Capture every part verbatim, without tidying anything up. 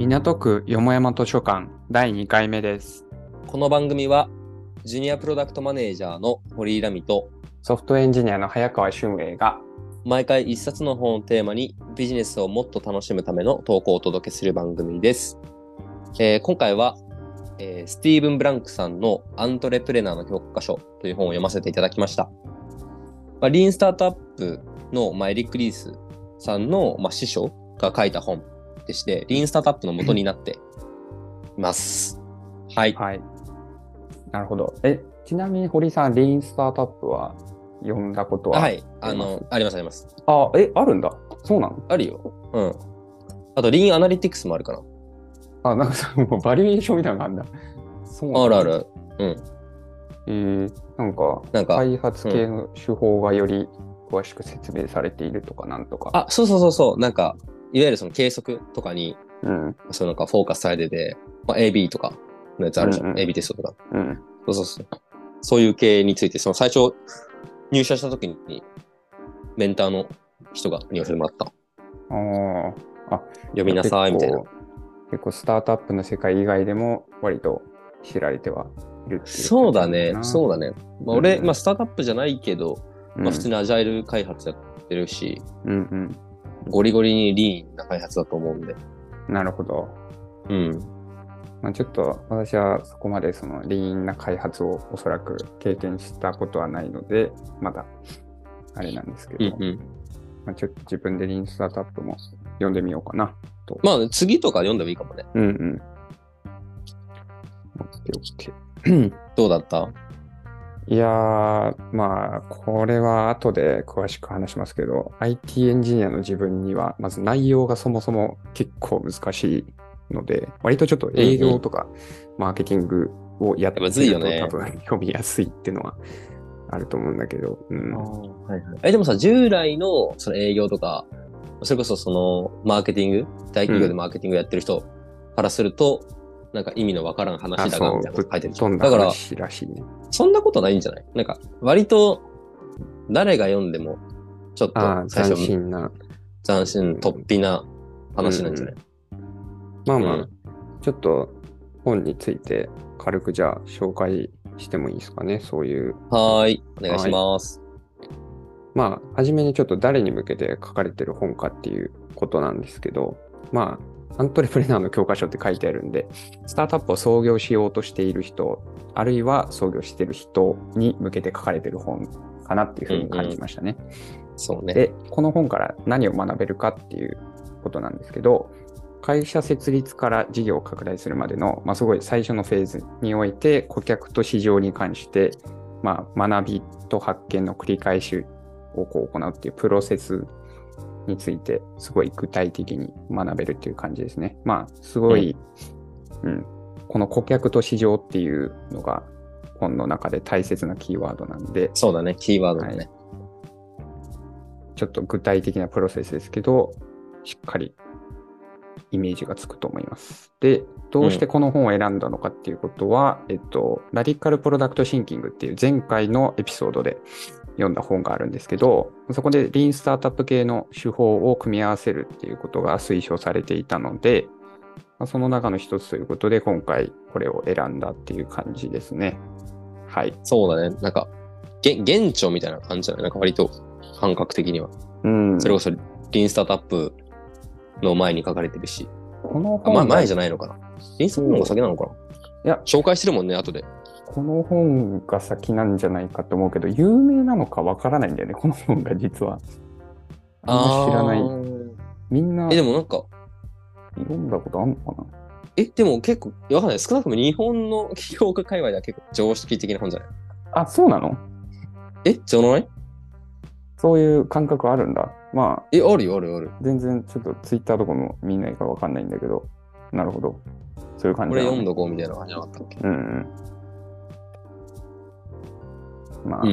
港区よもやま図書館だいにかいめです。 この番組はジュニアプロダクトマネージャーの堀井ラミとソフトエンジニアの早川俊英が毎回一冊の本をテーマにビジネスをもっと楽しむための投稿をお届けする番組です。えー、今回は、えー、スティーブン・ブランクさんのアントレプレナーの教科書という本を読ませていただきました。まあ、リーンスタートアップの、まあ、エリック・リースさんの、まあ、師匠が書いた本でして、リーンスタートアップの元になっています。はい。 はい。なるほど。え、ちなみに堀井さん、リーンスタートアップは読んだことははい、あの、ありますあります。 あ、え、あるんだ。そうなの？ あるよ。うん。あと、リーンアナリティクスもあるかな。 あ、なんかさ、もうバリエーションみたいなのがあるんだ。そうなんだ。 あるある。うん。 えー、なんか、 なんか開発系の手法がより詳しく説明されているとかなんとか。 あ、そうそうそうそう。なんか、いわゆるその計測とかに、 うん。 そうなんかフォーカスされてて、まあ、エービー とかのやつあるじゃん。 うんうん、 エービー テストとか。 うん。 そうそうそう。そういう系について、その最初、入社した時に、メンターの人がに教えてもらった。 ああ。 読みなさい、みたいな。 結構スタートアップの世界以外でも割と知られてはいるっていう。 そうだね。そうだね。まあ、俺、うん、まあ、スタートアップじゃないけど、 うん、 まあ、普通にアジャイル開発やってるし、 うんうん、 ゴリゴリにリーンな開発だと思うんで。 なるほど。 うん。 まあ、ちょっと私はそこまでそのリーンな開発をおそらく経験したことはないので、まだあれなんですけど、 うんうん、 まあ、ちょっと自分でリーンスタートアップも読んでみようかなと。 まあ、次とか読んでもいいかもね。 うんうん。オッケーオッケー。 どうだった？ いやー、まあ、これは後で詳しく話しますけど、アイティー エンジニアの自分には、まず内容がそもそも結構難しいので、割とちょっと営業とかマーケティングをやってると、 うんうん、 多分読みやすいっていうのはあると思うんだけど。うん、 はいはい、えでもさ、従来のその営業とか、それこそそのマーケティング、大企業でマーケティングやってる人からすると、うんなんか意味のわからん話だがみたいなこと書いてるじゃん。だからそんなことないんじゃない？なんか割と誰が読んでもちょっと最初斬新な斬新突飛な話なんじゃない？ うん、まあまあ、うん、ちょっと本について軽くじゃあ紹介してもいいですかね。そういう。 はーい、お願いします。 まあ初めにちょっと誰に向けて書かれてる本かっていうことなんですけど、まあアントレプレナーの教科書って書いてあるんで、スタートアップを創業しようとしている人、あるいは創業している人に向けて書かれている本かなっていうふうに感じましたね。 うんうん、そうね。 で、この本から何を学べるかっていうことなんですけど、会社設立から事業を拡大するまでの、まあ、すごい最初のフェーズにおいて、顧客と市場に関して、まあ、学びと発見の繰り返しをこう行うっていうプロセスについてすごい具体的に学べるっていう感じですね。まあすごい、うんうん、この顧客と市場っていうのが本の中で大切なキーワードなんで。 そうだね、キーワードだね、はい。 ちょっと具体的なプロセスですけど、しっかりイメージがつくと思います。で、どうしてこの本を選んだのかっていうことは、うん、えっと、ラディカルプロダクトシンキングっていう前回のエピソードで読んだ本があるんですけど、そこでリーンスタートアップ系の手法を組み合わせるっていうことが推奨されていたので、まあ、その中の一つということで今回これを選んだっていう感じですね。はい。 そうだね。なんか、現状みたいな感じじゃない？なんか割と感覚的には。 うん。 それこそリーンスタートアップの前に書かれてるし。 この本まあ前じゃないのかな。リーンスタートアップの方が先なのかな。 いや、 紹介してるもんね、後で。 この本が先なんじゃないかと思うけど、有名なのかわからないんだよね、この本が実は。みんな知らない。みんな。 え、でもなんか。 読んだことあるのかな？ え、でも結構、わかんない。少なくとも日本の起業家界隈では結構常識的な本じゃない？ あ、そうなの？ え、じゃない？ そういう感覚あるんだ。まあ。 え、あるよ、あるよ、ある。 全然ちょっとツイッターとかも見ないからわかんないんだけど。なるほど。そういう感じだ、ね。 これ読んどこうみたいな感じじゃなかったっけ？ うんうん。まあ。 うんうんうん。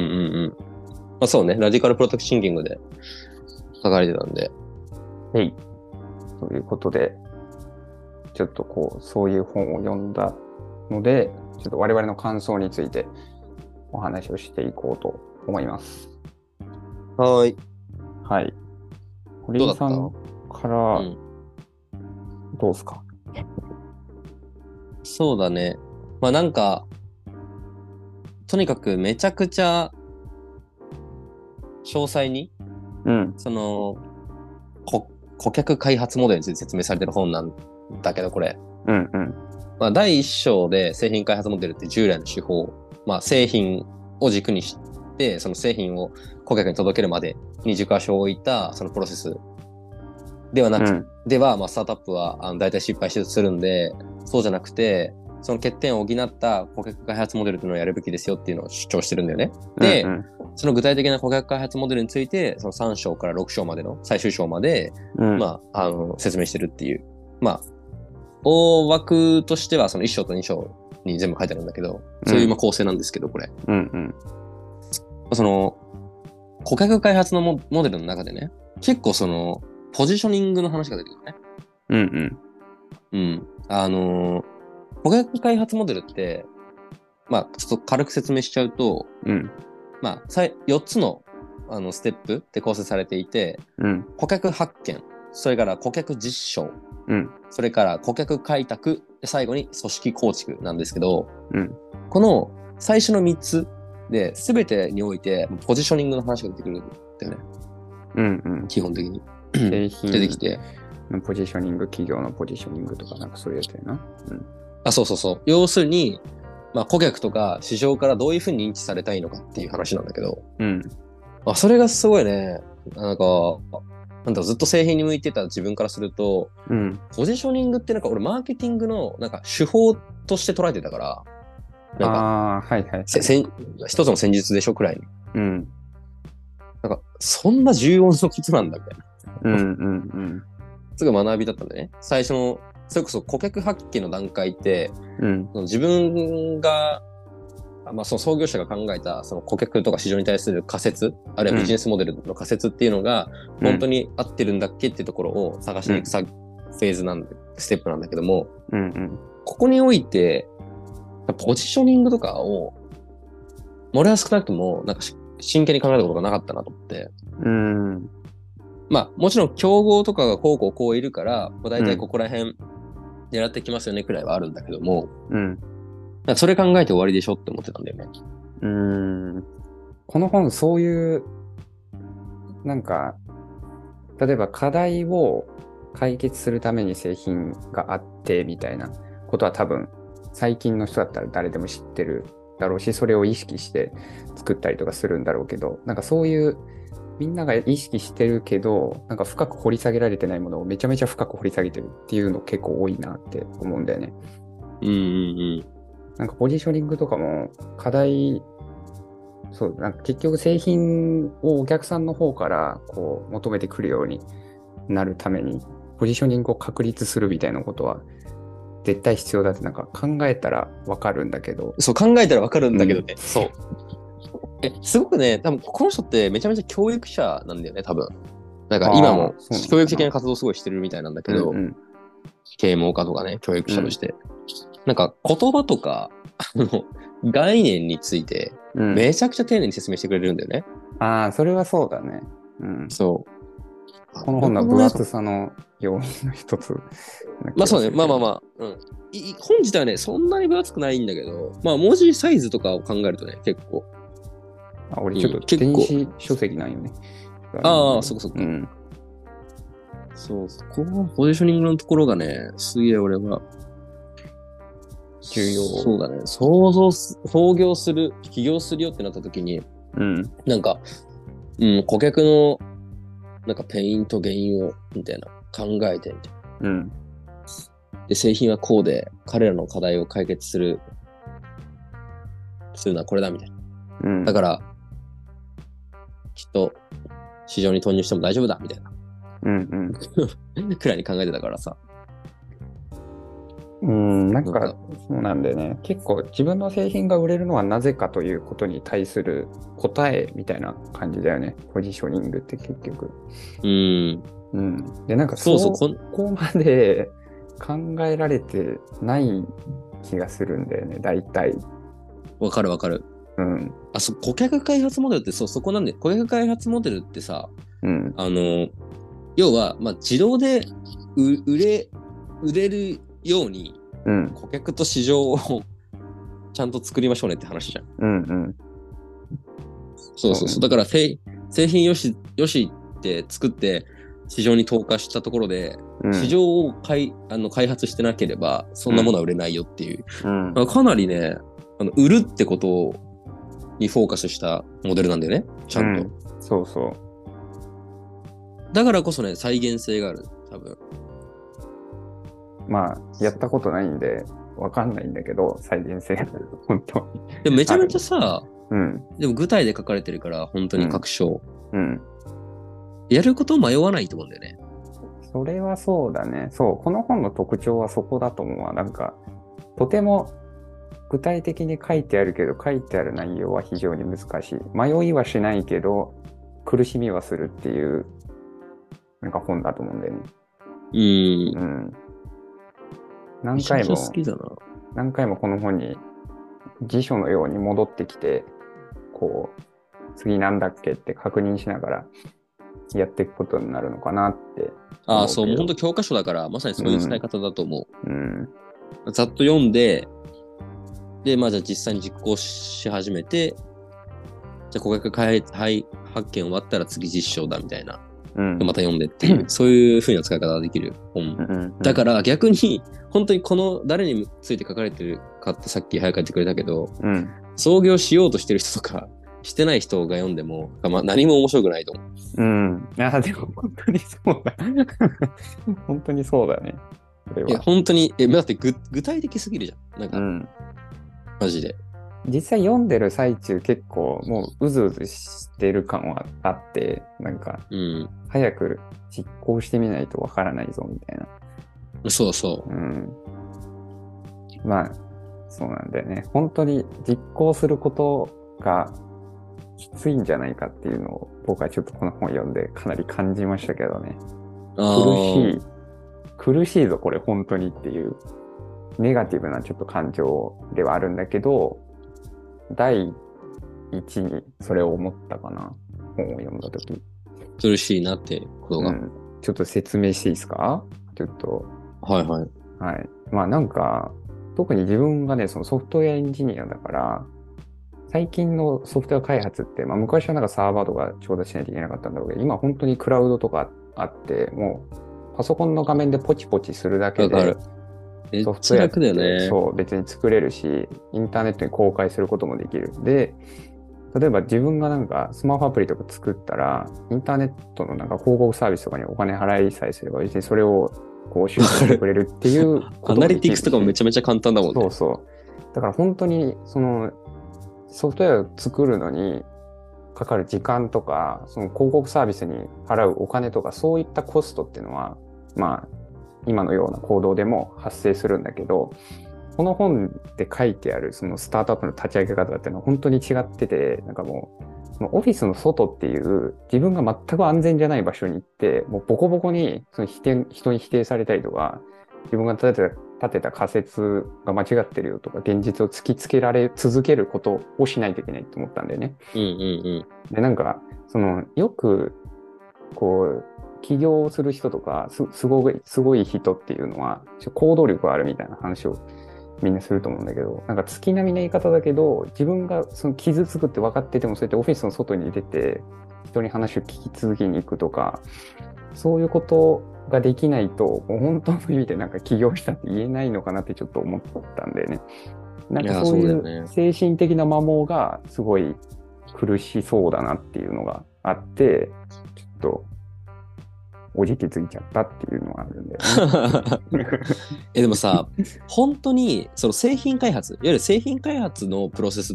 まあそうね、ラディカルプロダクトシンキングで書かれてたんで。 はい。ということで、ちょっとこう、そういう本を読んだので、ちょっと我々の感想についてお話をしていこうと思います。 はい。 はい。堀井さんから、どうですか？ そうだね。まあなんか、とにかくめちゃくちゃ詳細に、 うん。 その、こ顧客開発モデルについて説明されてる本なんだけど、これ。 うんうん。 まあ、だいいっ章で製品開発モデルって従来の手法、まあ、製品を軸にして、その製品を顧客に届けるまでに軸足を置いたそのプロセスではなく、 うんでは、まあ、スタートアップはあの大体失敗してするんで、そうじゃなくて、その欠点を補った顧客開発モデルというのをやるべきですよっていうのを主張してるんだよね。で、 うんその具体的な顧客開発モデルについて、そのさん章からろく章までの最終章まで、 うん、 まあ、あの、説明してるっていう。まあ、大枠としてはそのいっ章とに章に全部書いてあるんだけど、そういうまあ構成なんですけど、これ。 うんうん。 その、顧客開発のモモデルの中でね、結構その、ポジショニングの話が出てくるね。 うんうん。 うん。あのー、顧客開発モデルって、まあ、ちょっと軽く説明しちゃうと、 うん。 まあ、よっつのあのステップで構成されていて、 うん。 顧客発見、それから顧客実証、 うん。 それから顧客開拓、で最後に組織構築なんですけど、 うん。 この最初のみっつで全てにおいてポジショニングの話が出てくるんだよね。 うんうん。 基本的に。 製品出てきて。 のポジショニング、企業のポジショニングとかなんかそういうやつやな。うん。 あ、そうそうそう。要するに、まあ、顧客とか市場からどういうふうに認知されたいのかっていう話なんだけど、 うん。 まあ、それがすごいね、なんか、なんだずっと製品に向いてた自分からすると、 うん。 ポジショニングってなんか俺マーケティングのなんか手法として捉えてたから、なんか、 ああ、はいはい、はい。 せせん一つの戦術でしょくらいに。 うん。 なんか、そんな重要なことなんだみたいな。 うんうんうん。 すぐ学びだったんでね。最初の、それこそ顧客発見の段階って、 うん。 自分が、まあ、その創業者が考えたその顧客とか市場に対する仮説、あるいはビジネスモデルの仮説っていうのが、本当に合ってるんだっけっていうところを探しに行くさ、うん、フェーズなんで、ステップなんだけども、 うんうん、 ここにおいて、ポジショニングとかを、俺は少なくとも、なんか真剣に考えたことがなかったなと思って。 うん。 まあ、もちろん競合とかがこうこうこういるから、だいたいここら辺狙ってきますよねくらいはあるんだけども、 うん。 それ考えて終わりでしょって思ってたんだよね。 うーん。この本、そういう、なんか、例えば課題を解決するために製品があってみたいなことは多分、最近の人だったら誰でも知ってるだろうし、それを意識して作ったりとかするんだろうけど、なんかそういう、みんなが意識してるけど、なんか深く掘り下げられてないものをめちゃめちゃ深く掘り下げてるっていうの結構多いなって思うんだよね。 うんうんうん。 なんかポジショニングとかも課題、そう、なんか結局製品をお客さんの方からこう求めてくるようになるために、ポジショニングを確立するみたいなことは絶対必要だってなんか考えたらわかるんだけど。 そう、考えたらわかるんだけどね。うん、そう。え、すごくね、多分この人ってめちゃめちゃ教育者なんだよね、多分。なんか今も教育的な活動をすごいしてるみたいなんだけど、うんうん、啓蒙家とかね、教育者として。うん、なんか言葉とか、あの、概念について、めちゃくちゃ丁寧に説明してくれるんだよね。 うん、ああ、それはそうだね。うん。 そう。 この本の分厚さの要因の一つ。 まあそうね、まあまあまあ、うん。本自体はね、そんなに分厚くないんだけど、まあ文字サイズとかを考えるとね、結構。 あ、俺ちょっと電子書籍なんよね。 うん、ああ、そこそこ。うん。そう、このポジショニングのところがね、すげえ俺は、重要。そうだね。創造、創業する、起業するよってなった時に、 うん。 なんか、うん、顧客の、なんかペインと原因を、みたいな、考えて、みたいな。 うん。 で、製品はこうで、彼らの課題を解決する、するのはこれだ、みたいな。 うん。 だから、きっと、市場に投入しても大丈夫だ、みたいな。 うんうん。くらいに考えてたからさ。 うん、なんか、そうなんだよね。結構自分の製品が売れるのはなぜかということに対する答えみたいな感じだよね。ポジショニングって結局。 うん。 うん。で、なんかそうそう、 ここまで考えられてない気がするんだよね、大体。 わかるわかる。 うん。 あ、そ、顧客開発モデルってそう、そこなんで、顧客開発モデルってさ、 うん。 あの、要は、まあ、自動で売れ、売れるように、 うん。 顧客と市場をちゃんと作りましょうねって話じゃん。 うんうん。 そうそうそう。だから製品よし、よしって作って市場に投下したところで、 うん、 市場を開あの開発してなければそんなものは売れないよっていう。 うんまあ、かなりね、あの売るってことにフォーカスしたモデルなんだよね。ちゃんと。 うん、そうそう。 だからこそね、再現性がある。多分。 まあ、やったことないんで、わかんないんだけど、再現性が本当に。 でもめちゃめちゃさ、 うん、 でも具体で書かれてるから、本当に確証。 うん。うん、 やることを迷わないと思うんだよね。 それはそうだね。そう、この本の特徴はそこだと思うわ。なんか、とても具体的に書いてあるけど、書いてある内容は非常に難しい。迷いはしないけど、苦しみはするっていう、なんか本だと思うんだよね。 うん。 うん。何回も、 好きだな。 何回もこの本に辞書のように戻ってきて、こう、次なんだっけって確認しながらやっていくことになるのかなって。 ああ、そう、もう本当教科書だから、まさにそういう使い方だと思う。うん。 うん、ざっと読んで、で、まあじゃあ実際に実行し始めて、じゃあ顧客開発見終わったら次実証だみたいな。うん、また読んでっていう、そういう風な使い方ができる本。うんうんうん、だから逆に、本当にこの誰について書かれてるかってさっき早く言ってくれたけど、うん、創業しようとしてる人とか、してない人が読んでも、まあ、何も面白くないと思う。 うん。いや、でも本当にそうだ。本当にそうだね。 いや、本当に、え、だって具具体的すぎるじゃん。なんか、うん、マジで。 実際読んでる最中結構もううずうずしてる感はあって、なんか、うん、早く実行してみないとわからないぞみたいな。 そうそう。 うん。まあ、そうなんだよね。本当に実行することがきついんじゃないかっていうのを僕はちょっとこの本読んでかなり感じましたけどね。苦しい、苦しいぞこれ本当にっていうネガティブなちょっと感情ではあるんだけど、第一にそれを思ったかな、本を読んだとき。 苦しいなってことが、うん。 ちょっと説明していいですか？ちょっと。 はいはい。 はい。まあなんか、特に自分がね、そのソフトウェアエンジニアだから、最近のソフトウェア開発って、まあ昔はなんかサーバーとか調達しないといけなかったんだろうけど、今本当にクラウドとかあって、もうパソコンの画面でポチポチするだけで、 ソフトウェアってね、 そう別に作れるし、インターネットに公開することもできる。で、例えば自分がなんかスマホアプリとか作ったら、インターネットのなんか広告サービスとかにお金払いさえすれば、別にそれをこう収益してくれるっていうアナリティクスとかもめちゃめちゃ簡単だもんね。 そうそう。だから本当にそのソフトウェアを作るのにかかる時間とか、その広告サービスに払うお金とか、そういったコストっていうのは、まあ、今のような行動でも発生するんだけど、この本で書いてあるそのスタートアップの立ち上げ方っていうのは本当に違ってて、なんかもう、そのオフィスの外っていう自分が全く安全じゃない場所に行って、もうボコボコにその否定人に否定されたりとか、自分が立てた立てた仮説が間違ってるよとか、現実を突きつけられ続けることをしないといけないと思ったんだよね。 うんうんうん。 で、なんか、その、よく、こう、起業する人とか、す、すごい、すごい人っていうのは、行動力があるみたいな話をみんなすると思うんだけど、なんか月並みな言い方だけど、自分がその傷つくって分かってても、そうやってオフィスの外に出て、人に話を聞き続けに行くとか、そういうことができないと、もう本当の意味でなんか起業したって言えないのかなってちょっと思ったんだよね。なんかそういう精神的な摩耗がすごい苦しそうだなっていうのがあって、ちょっとおじきついちゃったっていうのがあるんだよね。 えでもさ、本当にその製品開発、いわゆる製品開発のプロセスって、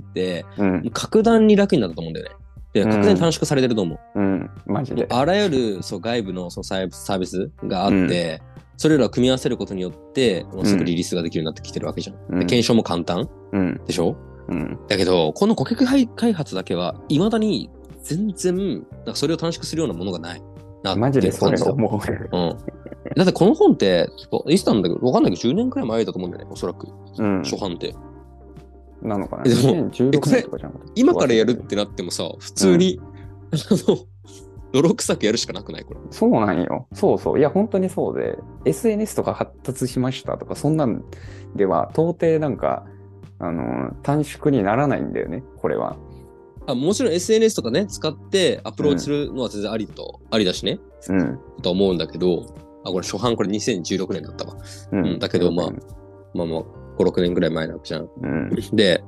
うん、格段に楽になったと思うんだよね。で格段に短縮されてると思う。 うん、うん、マジで。 あらゆるそう外部のそうサービスがあって、うん、それらを組み合わせることによってもうすぐリリースができるようになってきてるわけじゃん。うん、で検証も簡単、うん、でしょ、うん、だけどこの顧客開発だけはいまだに全然なんかそれを短縮するようなものがないなってマジでそれ思う、 うん、だってこの本っていつなんだけど分かんないけどじゅうねんくらい前だと思うんだよね、おそらく、うん、初版ってなのかな。 でもにせんじゅうろくねんとかじゃなかった。今からやるってなってもさ、普通に、うん、あの泥臭くやるしかなくないこれ。 そうなんよ。そうそう。いや、本当にそうで、エスエヌエス とか発達しましたとか、そんなんでは、到底なんか、あの、短縮にならないんだよね、これは。 あ、もちろん エスエヌエス とかね、使ってアプローチするのは全然ありと、うん、ありだしね。 うん。 と思うんだけど、あ、これ初版これにせんじゅうろくねんだったわ。うん。うん、だけど、まあ、まあまあ、ご、ろくねんぐらい前なわけじゃん。 うん、 で、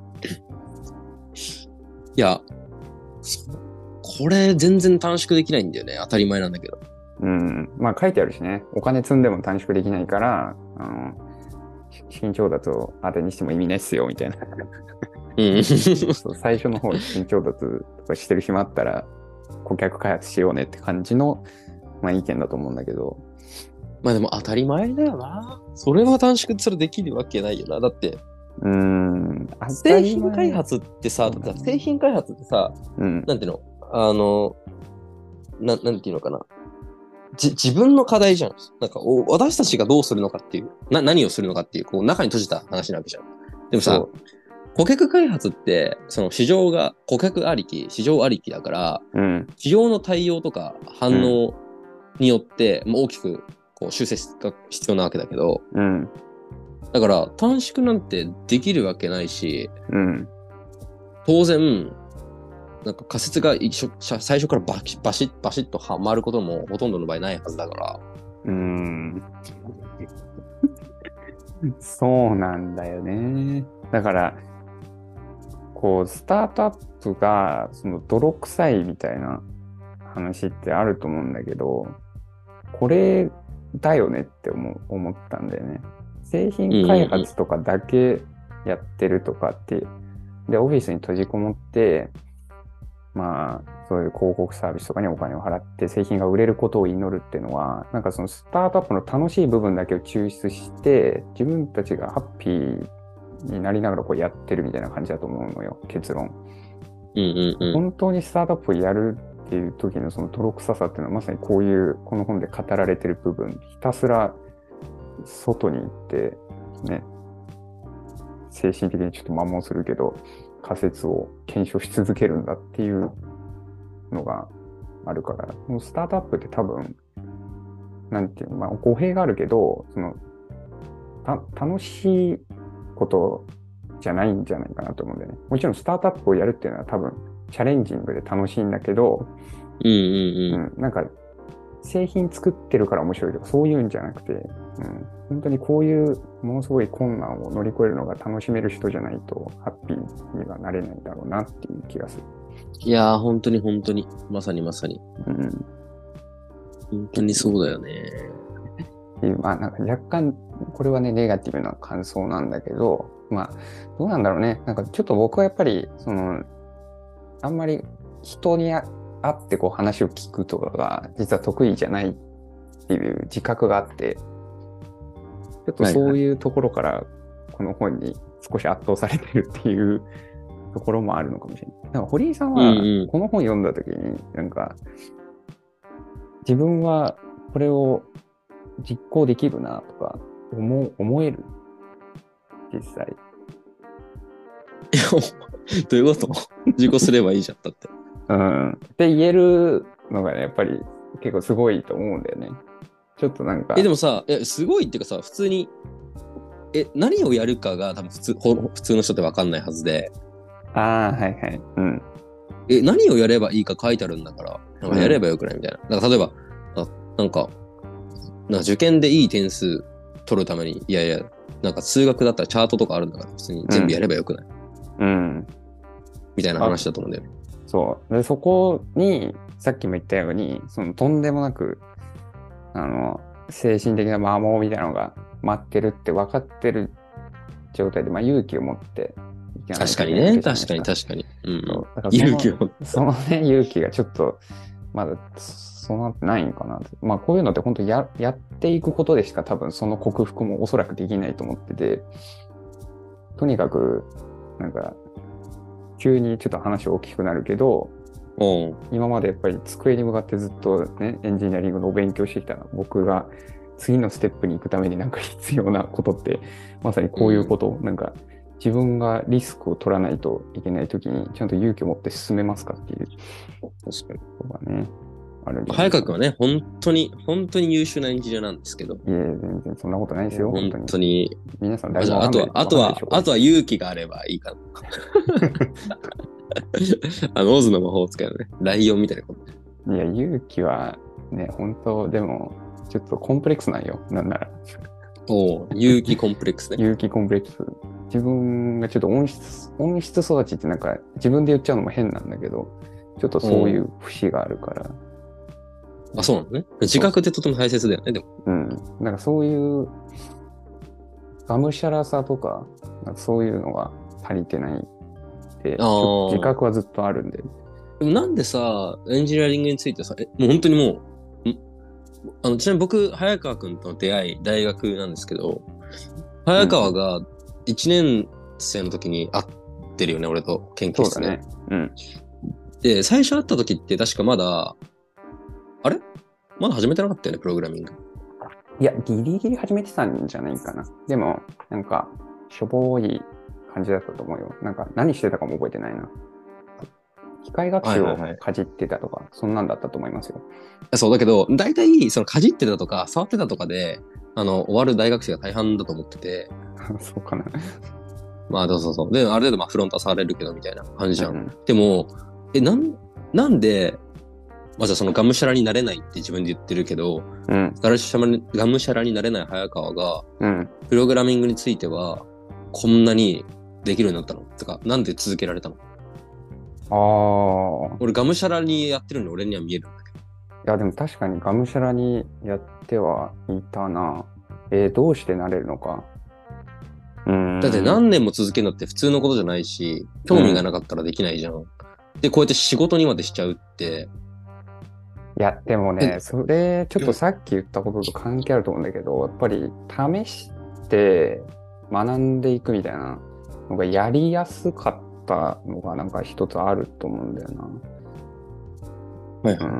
いや、これ全然短縮できないんだよね。当たり前なんだけど。 うん。まあ書いてあるしね。お金積んでも短縮できないから、あの、資金調達を当てにしても意味ないっすよ、みたいな。うん、そう最初の方に資金調達とかしてる暇あったら、顧客開発しようねって感じの、まあ、意見だと思うんだけど。 まあでも当たり前だよな。それは短縮それできるわけないよな。だって、 うーん製品開発ってさ、だって製品開発ってさ、うん、なんていうのあの、ななんていうのかな。じ自分の課題じゃん。なんかお私たちがどうするのかっていう、な何をするのかっていう、こう中に閉じた話なわけじゃん。でもさ、顧客開発って、その市場が顧客ありき、市場ありきだから、うん、市場の対応とか反応によって、うん、大きくこう修正が必要なわけだけど、うん、だから短縮なんてできるわけないし、うん、当然、なんか仮説が最初からバシッバシッバシッとはまることもほとんどの場合ないはずだから。 うーん。そうなんだよね。だから、こう、スタートアップが、その泥臭いみたいな話ってあると思うんだけど、これだよねって思う、思ったんだよね。製品開発とかだけやってるとかって、うんうんうん、で、オフィスに閉じこもって、まあ、そういう広告サービスとかにお金を払って製品が売れることを祈るっていうのは、なんかそのスタートアップの楽しい部分だけを抽出して、自分たちがハッピーになりながらこうやってるみたいな感じだと思うのよ、結論。 うんうんうん、 本当にスタートアップをやるっていう時のその泥臭さっていうのはまさにこういうこの本で語られてる部分、ひたすら外に行ってね、精神的にちょっと摩耗するけど、仮説を検証し続けるんだっていうのがあるから、もうスタートアップって多分、なんていうの、まあ語弊があるけど、そのた楽しいことじゃないんじゃないかなと思うんだよね。もちろんスタートアップをやるっていうのは多分チャレンジングで楽しいんだけど、 うんうんうんうん、なんか製品作ってるから面白いとかそういうんじゃなくて、うん、本当にこういうものすごい困難を乗り越えるのが楽しめる人じゃないとハッピーにはなれないんだろうなっていう気がする。 いやー本当に本当にまさにまさに、うん、本当にそうだよね。 まあなんか若干これはねネガティブな感想なんだけど、まあどうなんだろうね。なんかちょっと僕はやっぱりそのあんまり人に会ってこう話を聞くとかが実は得意じゃないっていう自覚があって、ちょっとそういうところからこの本に少し圧倒されてるっていうところもあるのかもしれない。だから堀井さんはこの本読んだ時になんか自分はこれを実行できるなとか思思える実際。 いやどういうこと実行すればいいじゃんだって。 うん。って言えるのがねやっぱり結構すごいと思うんだよね。ちょっとなんか。 えでもさ、えすごいっていうかさ普通にえ何をやるかが多分普通普通の人って分かんないはずで。 ああはいはい。うん。 え何をやればいいか書いてあるんだからなんかやればよくないみたいな。なんか例えばあなんかなんか受験でいい点数取るためにいやいやなんか数学だったらチャートとかあるんだから普通に全部やればよくない、 うん、うん、 みたいな話だと思うんだよね。 そうでそこにさっきも言ったようにそのとんでもなくあの精神的な摩耗みたいなのが待ってるって分かってる状態で、まあ、勇気を持っていかないといけないわけじゃないですか。 確かにね確かに確かに、うんうん、 そうだから勇気を持ってそのね勇気がちょっとまだそうなってないんかな。まあこういうのって本当に や, やっていくことでしか多分その克服もおそらくできないと思ってて、とにかくなんか急にちょっと話大きくなるけど、うん、今までやっぱり机に向かってずっとねエンジニアリングのお勉強してきた僕が次のステップに行くためになんか必要なことってまさにこういうことを、うん、なんか自分がリスクを取らないといけないときにちゃんと勇気を持って進めますかっていう確かにことがねある理由。 早川君はね、本当に、本当に優秀なエンジニアなんですけど。 いえ、全然そんなことないですよ、本当に。 本当に。 皆さん誰あ、じゃあ、あもわかんない。 とは、あとは、あとは勇気があればいいかな。あの、オズの魔法使いのね、ライオンみたいなこと。 いや、勇気はね、本当でも、ちょっとコンプレックスなんよ、なんなら。 おお、勇気コンプレックスね。 勇気コンプレックス。自分がちょっと音質、音質育ちってなんか自分で言っちゃうのも変なんだけど、ちょっとそういう節があるから。 あ、そうなのね。自覚ってとても大切だよね、でも。 うん。なんかそういう、がむしゃらさとか、なんかそういうのが足りてないって、自覚はずっとあるんで。 でもなんでさ、エンジニアリングについてさ、えもう本当にもう、んあのちなみに僕、早川くんとの出会い、大学なんですけど、早川がいちねん生の時に会ってるよね、うん、俺と研究室で。そうだね。うん。で、最初会った時って確かまだ、あれまだ始めてなかったよね、プログラミング。 いや、ギリギリ始めてたんじゃないかな。でも、なんか、しょぼい感じだったと思うよ。なんか、何してたかも覚えてないな。機械学習をかじってたとか、はいはいはい、そんなんだったと思いますよ。 そうだけど、大体、そのかじってたとか、触ってたとかで、あの、終わる大学生が大半だと思ってて。 そうかな。 まあ、そうそうそう。で、ある程度、まあ、フロントは触れるけど、みたいな感じじゃん。うん、でも、え、なん、なんで、まあ、じゃあそのがむしゃらになれないって自分で言ってるけど、うん、がむしゃらになれない早川が、うん、プログラミングについては、こんなにできるようになったのとか、なんで続けられたの？ああ。俺、がむしゃらにやってるのに俺には見えるんだけど。 いや、でも確かにがむしゃらにやってはいたな。えー、どうしてなれるのか。 うーん。だって何年も続けるのって普通のことじゃないし、興味がなかったらできないじゃん。うん、で、こうやって仕事にまでしちゃうって。 いや、でもね、それ、ちょっとさっき言ったことと関係あると思うんだけど、やっぱり試して学んでいくみたいなのがやりやすかったのがなんか一つあると思うんだよな。はいはい。うん。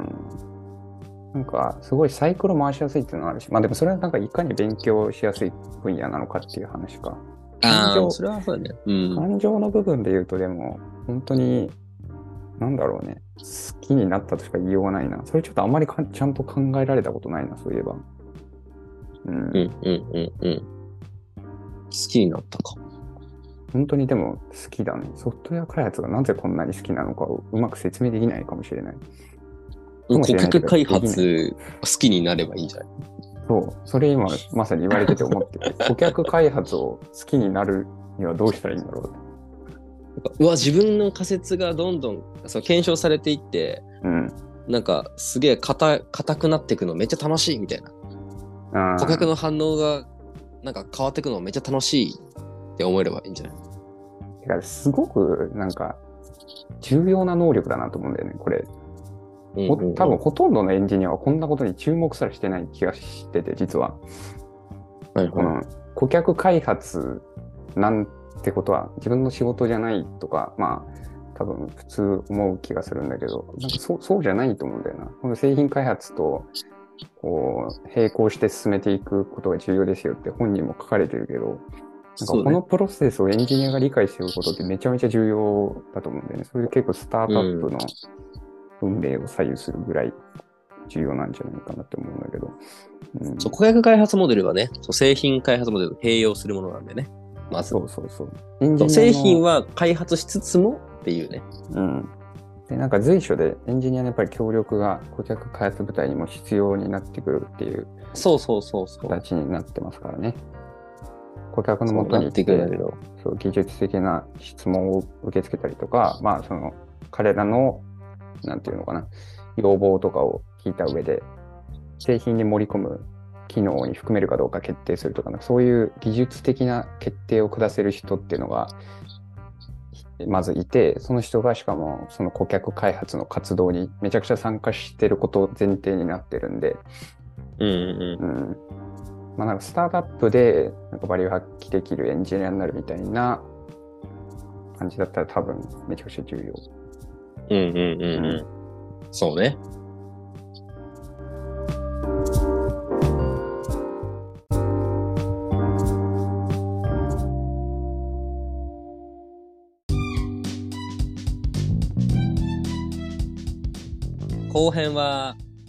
なんか、すごいサイクル回しやすいっていうのがあるし、まあでもそれはなんかいかに勉強しやすい分野なのかっていう話か。 感情、それはそうだね。 うん。感情の部分で言うとでも、本当に、なんだろうね。好きになったとしか言いようがないな。それちょっとあんまりかちゃんと考えられたことないな、そういえば。 うん。うんうんうんうん。好きになったか。 本当にでも好きだね。ソフトウェア開発がなぜこんなに好きなのかをうまく説明できないかもしれない。 顧客開発好きになればいいんじゃない？ そう。それ今まさに言われてて思ってて、顧客開発を好きになるにはどうしたらいいんだろうって。 うわ、自分の仮説がどんどんそう検証されていって、うん、なんかすげえ硬くなっていくのめっちゃ楽しいみたいな。顧客の反応がなんか変わっていくのめっちゃ楽しいって思えればいいんじゃない？ てかすごくなんか重要な能力だなと思うんだよね、これ。うんうんうん、多分ほとんどのエンジニアはこんなことに注目さえしてない気がしてて、実は。はいはい、この顧客開発なんってことは自分の仕事じゃないとか、まあ多分普通思う気がするんだけど、なんか そ, そうじゃないと思うんだよな。この製品開発とこう並行して進めていくことが重要ですよって本人も書かれてるけど、なんかこのプロセスをエンジニアが理解していくことってめちゃめちゃ重要だと思うんだよね。それで結構スタートアップの運命を左右するぐらい重要なんじゃないかなって思うんだけど。 うん、そう、顧客開発モデルはね、そう製品開発モデルと併用するものなんでね。まずそうそうそう。 エンジニアの製品は開発しつつもっていうね。 うん。で、なんか随所でエンジニアのやっぱり協力が顧客開発部隊にも必要になってくるっていう。 そうそうそうそう。 形になってますからね。顧客のもとに行って、そう、技術的な質問を受け付けたりとか、まあその彼らのなんていうのかな、要望とかを聞いた上で製品に盛り込む機能に含めるかどうか決定するとか、そういう技術的な決定を下せる人っていうのがまずいて、その人がしかもその顧客開発の活動にめちゃくちゃ参加してること前提になってるんで、うんうんうん、まあなんかスタートアップでなんかバリュー発揮できるエンジニアになるみたいな感じだったら多分めちゃくちゃ重要。 うんうんうんうん。うん、そうね。後編は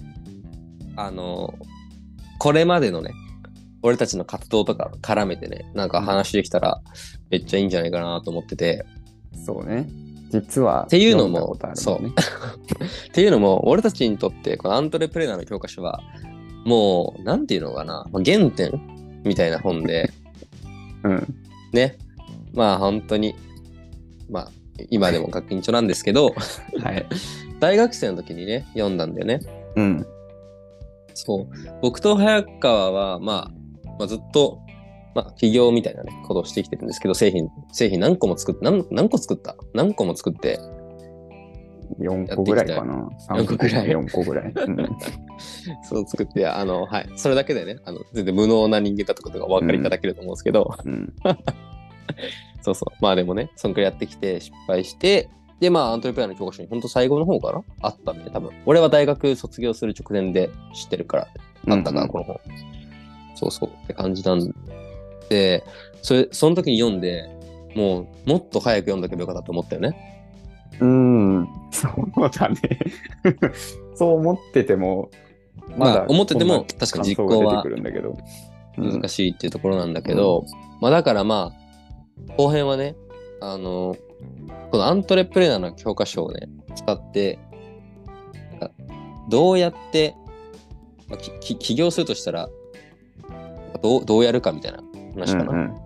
あの、これまでのね、俺たちの活動とか絡めてね、なんか話できたらめっちゃいいんじゃないかなと思ってて。 そうね。実は、 っていうのも、 読んだことあるもんね。 そう。っていうのも、俺たちにとって、このアントレプレナーの教科書は、もう、なんていうのかな、まあ原点みたいな本で、 うん。 ね、まあ本当に、まあ、今でも学緊張なんですけど、 はい。 大学生の時にね、読んだんだよね。 うん。 そう。僕と早川は、まあ、まあ、ずっと、まあ、企業みたいなね、ことをしてきてるんですけど、製品、製品何個も作って、何何個作った何個も作って、 よんこぐらいかな。 よんこぐらいよんこぐらい。うん、 そう作って、あの、はい。それだけでね、あの、全然無能な人間だってことがお分かりいただけると思うんですけど、 うん、 そうそう。まあでもね、そんくらいやってきて、失敗して、で、まあ、アントレプレナーの教科書に本当最後の方かなあったんで、多分。俺は大学卒業する直前で知ってるから、あったから、 うんうん、 この本。そうそうって感じなんで、それ、その時に読んで、もう、もっと早く読んどけばよかったと思ったよね。 うーん、そうだね。そう思ってても、まだまあ、思ってても、 こんな確かに実感想が出て行はくるんだけど。 難しいっていうところなんだけど、まあ、だからまあ、後編はね、あの、このアントレプレナーの教科書をね、使って、なんかどうやって、まあ、きき起業するとしたら、どう、どうやるかみたいな話かな。 うんうん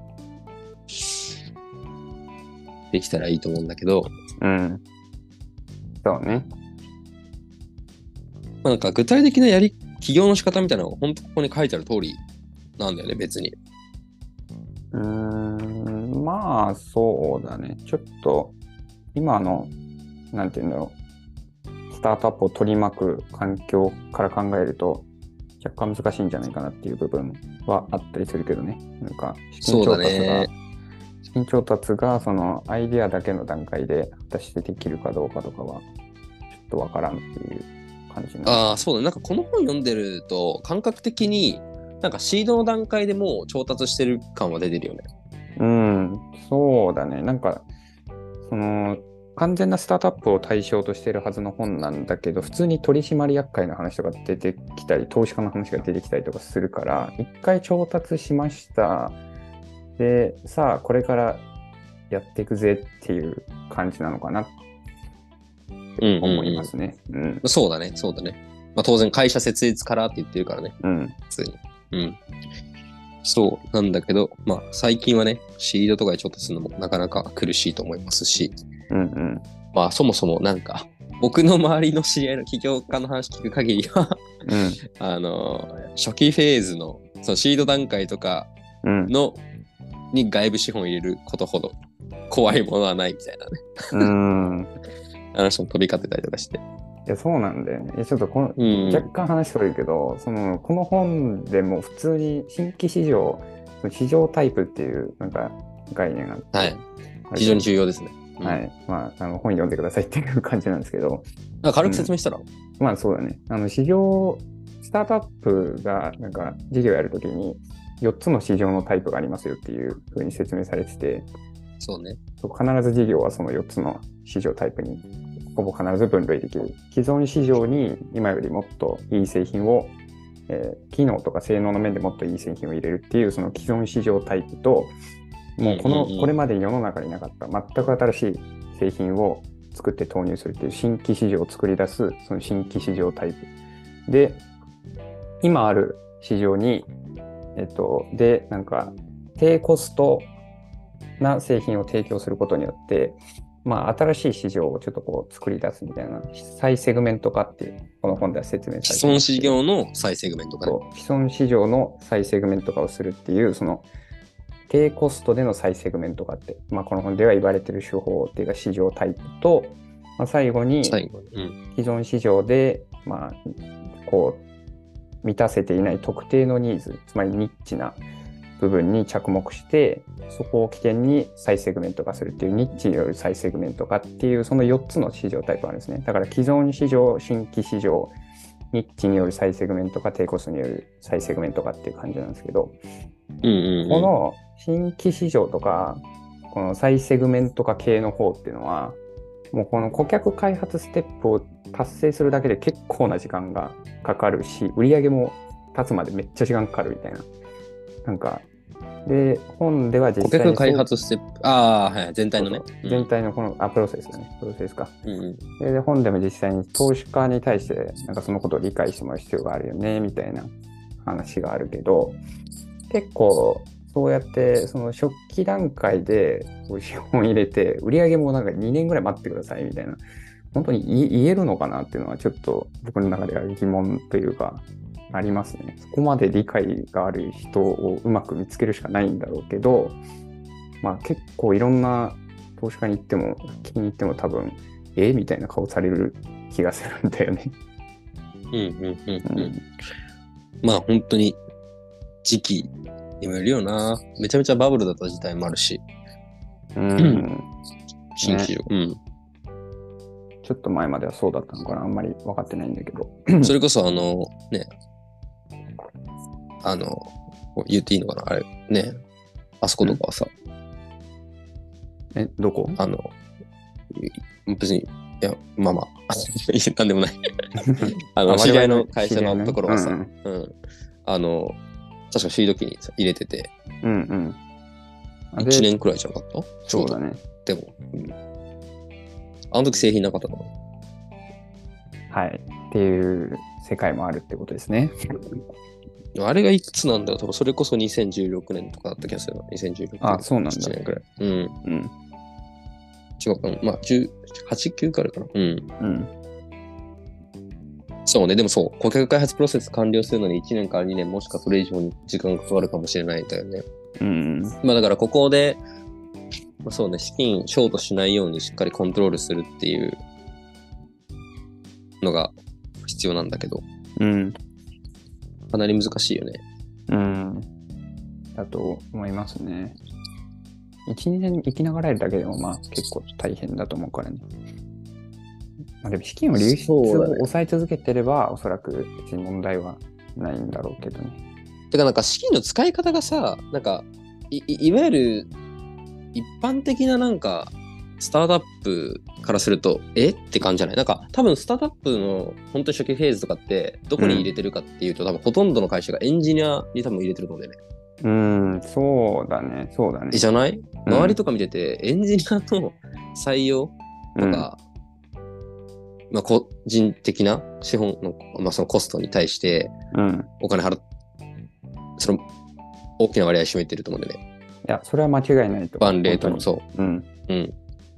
できたらいいと思うんだけど、 うん。そうね。 まあ、なんか具体的なやり、起業の仕方みたいなのが本当ここに書いてある通りなんだよね、別に。 うーん、まあ、そうだね。ちょっと、今の、なんていうんだろう、スタートアップを取り巻く環境から考えると、若干難しいんじゃないかなっていう部分はあったりするけどね。なんか、資金調達が、資金調達がそのアイデアだけの段階で果たしてできるかどうかとかは、ちょっとわからんっていう感じな。 ああ、そうだね。なんかこの本読んでると、感覚的に、なんかシードの段階でもう調達してる感は出てるよね。 うん、そうだね。なんか、その、完全なスタートアップを対象としているはずの本なんだけど、普通に取締役会の話とか出てきたり、投資家の話が出てきたりとかするから、一回調達しました。で、さあ、これからやっていくぜっていう感じなのかなって思いますね。うん、うんうん、 そうだね、そうだね。まあ当然会社設立からって言ってるからね。 うん。 普通に。うん。そうなんだけど、まあ最近はね、シードとかでちょっとするのもなかなか苦しいと思いますし、 うんうん、 まあそもそもなんか、僕の周りの知り合いの起業家の話聞く限りは、 うん、 あの、初期フェーズの、そのシード段階とかの、うん、に外部資本を入れることほど怖いものはないみたいなね。 うん。 話も飛び交ってたりとかして。 いや、そうなんだよね。ちょっとこの、うん、若干話それるけど、その、この本でも普通に新規市場、市場タイプっていうなんか概念があって、 はい。非常に重要ですね。 うん、はい。まあ、あの本読んでくださいっていう感じなんですけど。 あ、軽く説明したら、うん、 まあそうだね。あの、市場、スタートアップがなんか事業やるときによっつの市場のタイプがありますよっていうふうに説明されてて、 そうね。 必ず事業はそのよっつの市場タイプにほぼ必ず分類できる。既存市場に今よりもっといい製品を、えー、機能とか性能の面でもっといい製品を入れるっていうその既存市場タイプと、もうこの、これまで世の中になかった全く新しい製品を作って投入するっていう新規市場を作り出すその新規市場タイプで、今ある市場にえっとでなんか低コストな製品を提供することによって、まあ、新しい市場をちょっとこう作り出すみたいな再セグメント化っていうこの本では説明されてます。 既存市場の再セグメント化、ね、 既存市場の再セグメント化をするっていうその低コストでの再セグメント化って、まあ、この本では言われている手法っていうか市場タイプと、まあ、最後に既存市場で、まあ、こう満たせていない特定のニーズ、つまりニッチな部分に着目してそこを起点に再セグメント化するっていうニッチによる再セグメント化っていうそのよっつの市場タイプがあるんですね。だから既存市場、新規市場、ニッチによる再セグメント化、低コストによる再セグメント化っていう感じなんですけど、 うんうんうん、 この新規市場とかこの再セグメント化系の方っていうのはもうこの顧客開発ステップを達成するだけで結構な時間がかかるし、売り上げも立つまでめっちゃ時間かかるみたいな。なんか、で、本では実際に。 顧客開発ステップ、ああ、はい、全体のね。 そうそう全体のこの、あ、プロセスだね。プロセスか。 うんうん、 で、で本でも実際に投資家に対して、なんかそのことを理解してもらう必要があるよね、みたいな話があるけど、結構、そうやって、その初期段階で資本入れて、売り上げもなんかにねんぐらい待ってくださいみたいな、本当に言えるのかなっていうのは、ちょっと僕の中では疑問というか、ありますね。そこまで理解がある人をうまく見つけるしかないんだろうけど、まあ結構いろんな投資家に行っても、聞きに行っても多分、えみたいな顔される気がするんだよね。 うんうんうんうん。うん、まあ本当に時期にもよるよな。めちゃめちゃバブルだった時代もあるし。 うん。 新規市場、ね。うん。 ちょっと前まではそうだったのかな。あんまり分かってないんだけど。 それこそあの、ね、あの、言っていいのかなあれ、ね、あそことかはさ。 え、どこ？ あの、別に、いや、まあまあ、なんでもない。あの、知り合いの会社のところはさ、うんうん、うん。あの、確かシード機に入れてて、 うんうん。 いちねんくらいじゃなかった？ そうだね。 でも、うん。あの時製品なかったの？ はい。っていう世界もあるってことですね。 あれがいくつなんだろう、多分それこそにせんじゅうろくねんとかだった気がするな。にせんじゅうろくねん。 あ、そうなんだ。 いちねんくらい。うん。 うん。 違うかな。まあ、じゅうはち、きゅうくらいかな。うん。 うん。 そうね、でもそう、顧客開発プロセス完了するのにいちねんからにねんもしくはそれ以上に時間がかかるかもしれないんだよね。 うん。 まあだからここで、まあ、そうね、資金ショートしないようにしっかりコントロールするっていうのが必要なんだけど、 うん。 かなり難しいよね。 うん。だと思いますね。いち、にねん生きながらえるだけでもまあ結構大変だと思うからね。まあでも資金を流出を抑え続けてれば、ね、おそらく別に問題はないんだろうけどね。 てかなんか資金の使い方がさ、なんか い, い, いわゆる一般的ななんかスタートアップからするとえって感じじゃない？なんか多分スタートアップの本当に初期フェーズとかってどこに入れてるかっていうと、うん、多分ほとんどの会社がエンジニアに多分入れてると思うんだよね。 うん、そうだね、そうだね。 じゃない？周りとか見てて、うん、エンジニアの採用とか、うん、まあ個人的な資本の、まあ、そのコストに対してお金払っ、うん、その大きな割合占めてると思うんだよね。 いや、それは間違いないと思う。 ワンレートの、そう。 うん。 うん。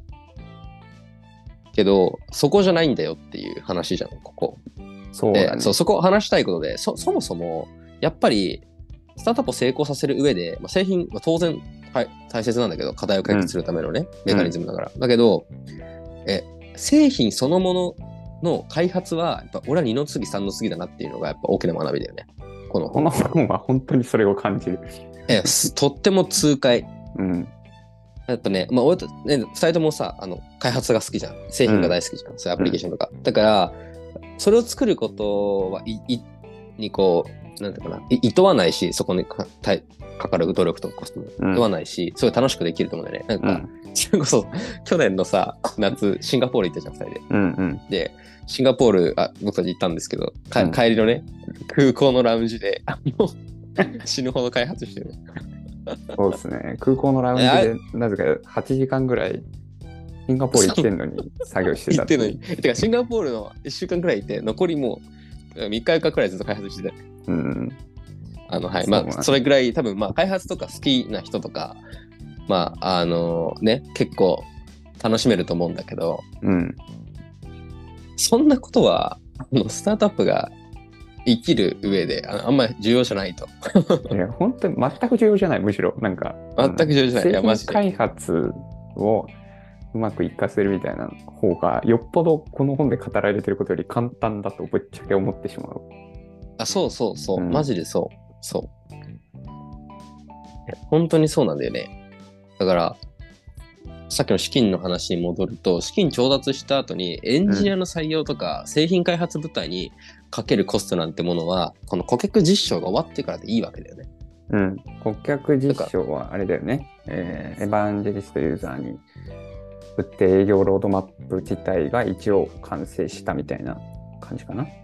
けど、そこじゃないんだよっていう話じゃん、ここ。 そうだね。 そう、そこ話したいことで、そ、そもそも、やっぱり、スタートアップを成功させる上で、まあ、製品は当然、はい、大切なんだけど、課題を解決するためのね、うん、メカニズムだから。うん、だけど、え、製品そのものの開発は、やっぱ俺は二の次、三の次だなっていうのが、やっぱ大きな学びだよね。この本。この本は本当にそれを感じる。 え、とっても痛快。 うん。 やっぱね、まあ、俺とね、二人ともさ、あの、開発が好きじゃん。製品が大好きじゃん。うん、そういうアプリケーションとか。うん、だから、それを作ることは、い、い、にこう、なんていうかな、い、いとわないし、そこにか、たい、かかる努力とかコストもいとわないし、うん、すごい楽しくできると思うんだよね。なんか、うん、それこそ、去年のさ、夏、シンガポール行ったじゃん、二人で。 うんうん、 で、シンガポール、あ、僕たち行ったんですけど、か、帰りのね、空港のラウンジで、あの、死ぬほど開発してる。 そうですね。空港のラウンジで、なぜかはちじかんぐらい、シンガポール行ってんのに作業してたっていう。 行ってんのに。てか、シンガポールのいっしゅうかんくらいいて、残りもうみっかよっかくらいずっと開発してた。 うん。 あの、はい。まあ、それぐらい多分、まあ、開発とか好きな人とか、まあ、あのー、ね、結構楽しめると思うんだけど、 うん。 そんなことは、あのスタートアップが生きる上で あ, あんまり重要じゃないと。 いや、本当に全く重要じゃない、むしろ。なんか、 全く重要じゃない。いや、マジで。開発をうまくいかせるみたいな方が、よっぽどこの本で語られてることより簡単だとぶっちゃけ思ってしまう。 あ、そうそうそう。うん、マジでそう。そう。本当にそうなんだよね。だから、さっきの資金の話に戻ると、資金調達した後にエンジニアの採用とか製品開発部隊にかけるコストなんてものは、この顧客実証が終わってからでいいわけだよね。 うん。顧客実証はあれだよね。えー、エヴァンジェリストユーザーに売って営業ロードマップ自体が一応完成したみたいな感じかな。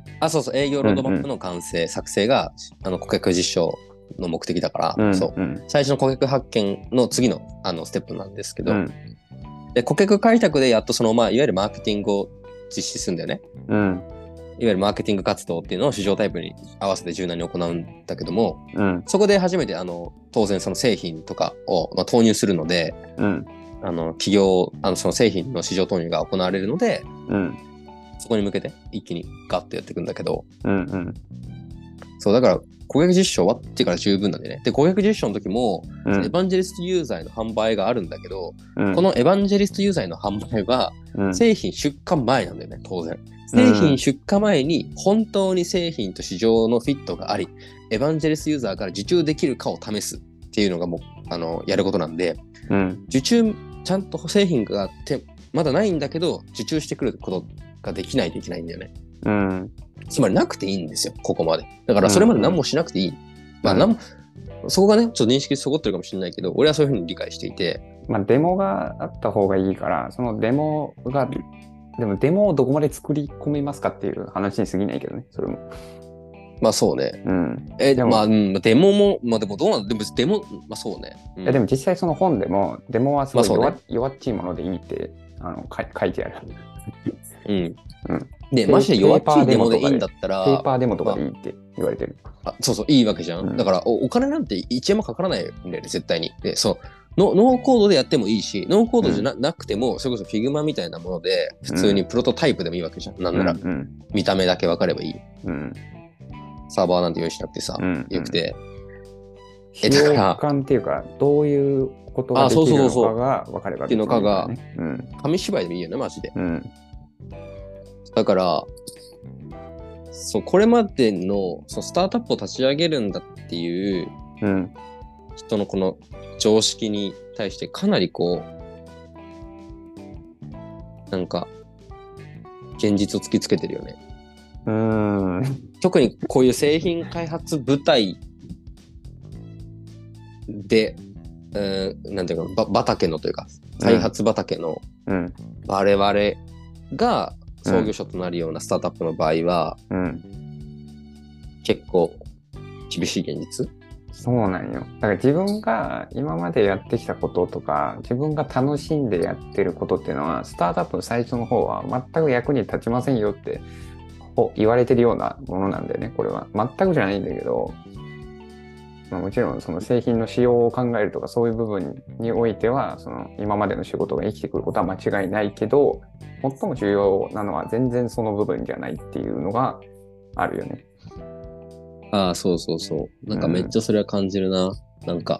あ、そうそう、営業ロードマップの完成、うんうん、作成があの顧客実証の目的だから、うんうん、そう、最初の顧客発見の次のあのステップなんですけど、うん、で顧客開拓でやっとその、まあ、いわゆるマーケティングを実施するんだよね。うん、いわゆるマーケティング活動っていうのを市場タイプに合わせて柔軟に行うんだけども、うん、そこで初めてあの当然その製品とかを、まあ、投入するので、うん、あの企業あのその製品の市場投入が行われるので、うん、そこに向けて一気にガッとやっていくんだけど、うんうん、そうだから顧客実証終わってから十分なんでね。で、顧客実証の時も、うん、エヴァンジェリストユーザーへの販売があるんだけど、うん、このエヴァンジェリストユーザーへの販売は、うん、製品出荷前なんだよね、当然。製品出荷前に本当に製品と市場のフィットがあり、エヴァンジェリストユーザーから受注できるかを試すっていうのがもう、あの、やることなんで、うん、受注、ちゃんと製品があって、まだないんだけど、受注してくることができないといけないんだよね。うん、つまりなくていいんですよ、ここまで。だからそれまで何もしなくていい。うんうん、まあ何も、そこがね、ちょっと認識そこってるかもしれないけど、俺はそういうふうに理解していて。 まあデモがあった方がいいから、そのデモが、でもデモをどこまで作り込みますかっていう話に過ぎないけどね、それも。 まあそうね。うん。え、まあ、うん、デモも、まあでもどうなんだ、でもデモ、まあそうね。 うん、いやでも実際その本でも、デモはすごい 弱,、まあね、弱っちいものでいいってあのか書いてある。 うん。うん。で、マジで弱っちいデモでいいんだったら、 ペーパーデモとかでいいって言われてる。 まあ、あそうそう、いいわけじゃん。うん、だからお、お金なんていちえんもかからないんだよね、絶対に。で、そう。ノ, ノーコードでやってもいいし、ノーコードじゃ な,、うん、なくても、それこそ Figma みたいなもので、普通にプロトタイプでもいいわけじゃん。うん、なんなら、うんうん、見た目だけ分かればいい。うん、サーバーなんて用意しなくてさ、うんうん、よくて。 え、だから。感っていうか、どういうことができるのかが分かればいい、 ね。っていうのかが、うん、紙芝居でもいいよね、マジで。うん、だから、そう、これまでの、そのスタートアップを立ち上げるんだっていう、うん、人のこの常識に対してかなりこう、なんか、現実を突きつけてるよね。うーん。特にこういう製品開発部隊で、うん、なんていうか、ば畑のというか、開発畑の我々が創業者となるようなスタートアップの場合は、うん、結構厳しい現実。 そうなんよ。だから自分が今までやってきたこととか、自分が楽しんでやってることっていうのは、スタートアップの最初の方は全く役に立ちませんよって言われてるようなものなんだよね、これは。全くじゃないんだけど、まあ、もちろんその製品の仕様を考えるとかそういう部分においては、その今までの仕事が生きてくることは間違いないけど、最も重要なのは全然その部分じゃないっていうのがあるよね。 ああ、そうそうそう。なんかめっちゃそれは感じるな。うん、なんか、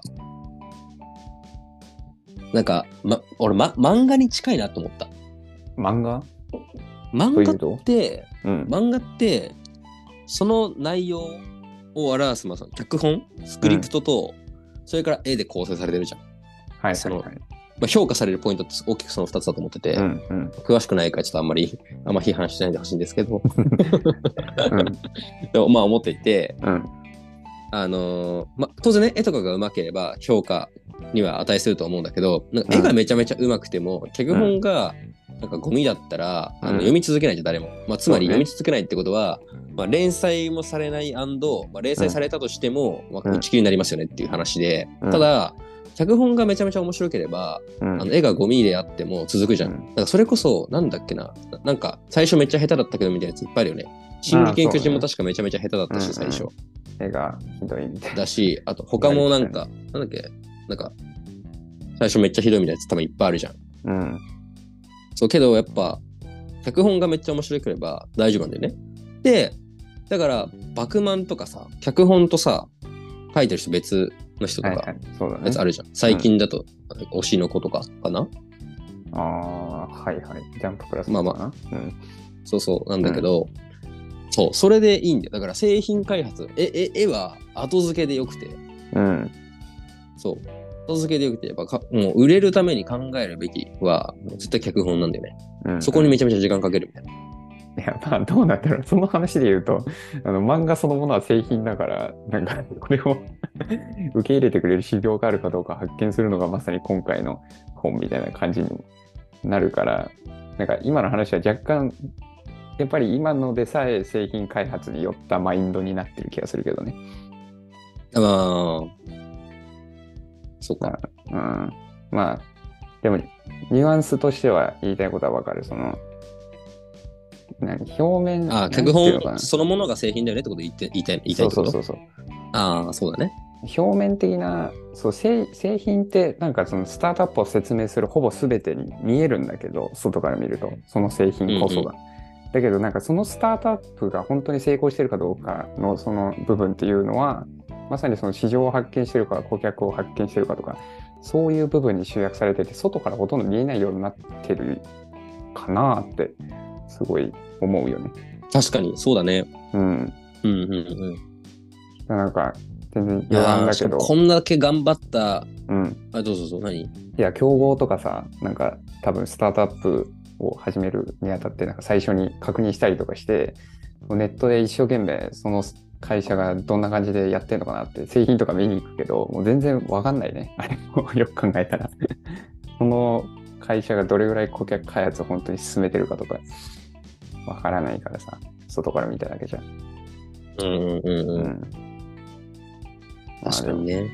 なんか、ま、俺、ま、漫画に近いなと思った。 漫画漫画って、うん、漫画って、その内容を表す、まあ、その脚本、スクリプトと、うん、それから絵で構成されてるじゃん。 はい、 その、 はいはい。 まあ、評価されるポイントって大きくそのふたつだと思ってて、うんうん、詳しくないからちょっとあんまりあんま批判しないでほしいんですけど、うん、でもまあ思っていて、うん、あのーまあ、当然ね絵とかが上手ければ評価には値すると思うんだけど、なんか絵がめちゃめちゃ上手くても、うん、脚本がなんかゴミだったら、うん、あの読み続けないと誰も、まあ、つまり読み続けないってことは、ね、まあ、連載もされない&、まあ、連載されたとしても、うん、まあ、打ち切りになりますよねっていう話で、うん、ただ脚本がめちゃめちゃ面白ければ、うん、あの絵がゴミであっても続くじゃん。うん、なんかそれこそ、なんだっけな、なんか最初めっちゃ下手だったけどみたいなやついっぱいあるよね。進撃の巨人も確かめちゃめちゃ下手だったし、最初。うんうん、絵がひどいみたいな。 だし、あと他もなんか、なんだっけ、なんか、最初めっちゃひどいみたいなやつ多分いっぱいあるじゃん。うん。そう、けどやっぱ、脚本がめっちゃ面白ければ大丈夫なんだよね。で、だから、バクマンとかさ、脚本とさ、書いてる人別の人とか、はいはい、そうだね、やつあるじゃん。最近だと、うん、推しの子とかかな。 ああ、はいはい。ジャンププラスまあまあ、うん、そうそうなんだけど、うん、そう、それでいいんだよ。だから製品開発、え、え、絵は後付けでよくて、うん、そう、後付けでよくて、やっぱかもう売れるために考えるべきは、もう絶対脚本なんだよね。うんうん、そこにめちゃめちゃ時間かけるみたいな。 いや、まあ、どうなんだろう。その話で言うと、あの、漫画そのものは製品だから、なんか、これを受け入れてくれる市場があるかどうか発見するのがまさに今回の本みたいな感じになるから、なんか、今の話は若干、 やっぱり今のでさえ製品開発によったマインドになってる気がするけどね。 ああ、そうか。 うん。まあ、でも、ニュアンスとしては言いたいことはわかる。その、何表面、 ああ、脚本そのものが製品だよねってこと言って言いたい、言いたいってこと？ そうそうそうそう。 ああ、そうだね。 表面的な、そう、製、製品ってなんかそのスタートアップを説明するほぼ全てに見えるんだけど、外から見ると、その製品こそが。うんうん、だけどなんかそのスタートアップが本当に成功してるかどうかのその部分っていうのは、まさにその市場を発見してるか顧客を発見してるかとか、そういう部分に集約されてて、外からほとんど見えないようになってるかなってすごい思うよね。 確かにそうだね。 うん。うんうんうん。 なんか全然余談だけど、 こんだけ頑張った、 うん。 あ、どうぞどうぞ、何？いや、競合とかさ、なんか多分スタートアップを始めるにあたって、なんか最初に確認したりとかして、ネットで一生懸命その会社がどんな感じでやってんのかなって製品とか見に行くけど、もう全然わかんないね。あれもよく考えたら。その会社がどれぐらい顧客開発を本当に進めてるかとか、わからないからさ、外から見ただけじゃ。 うんうんうんうん。うん、確かにね。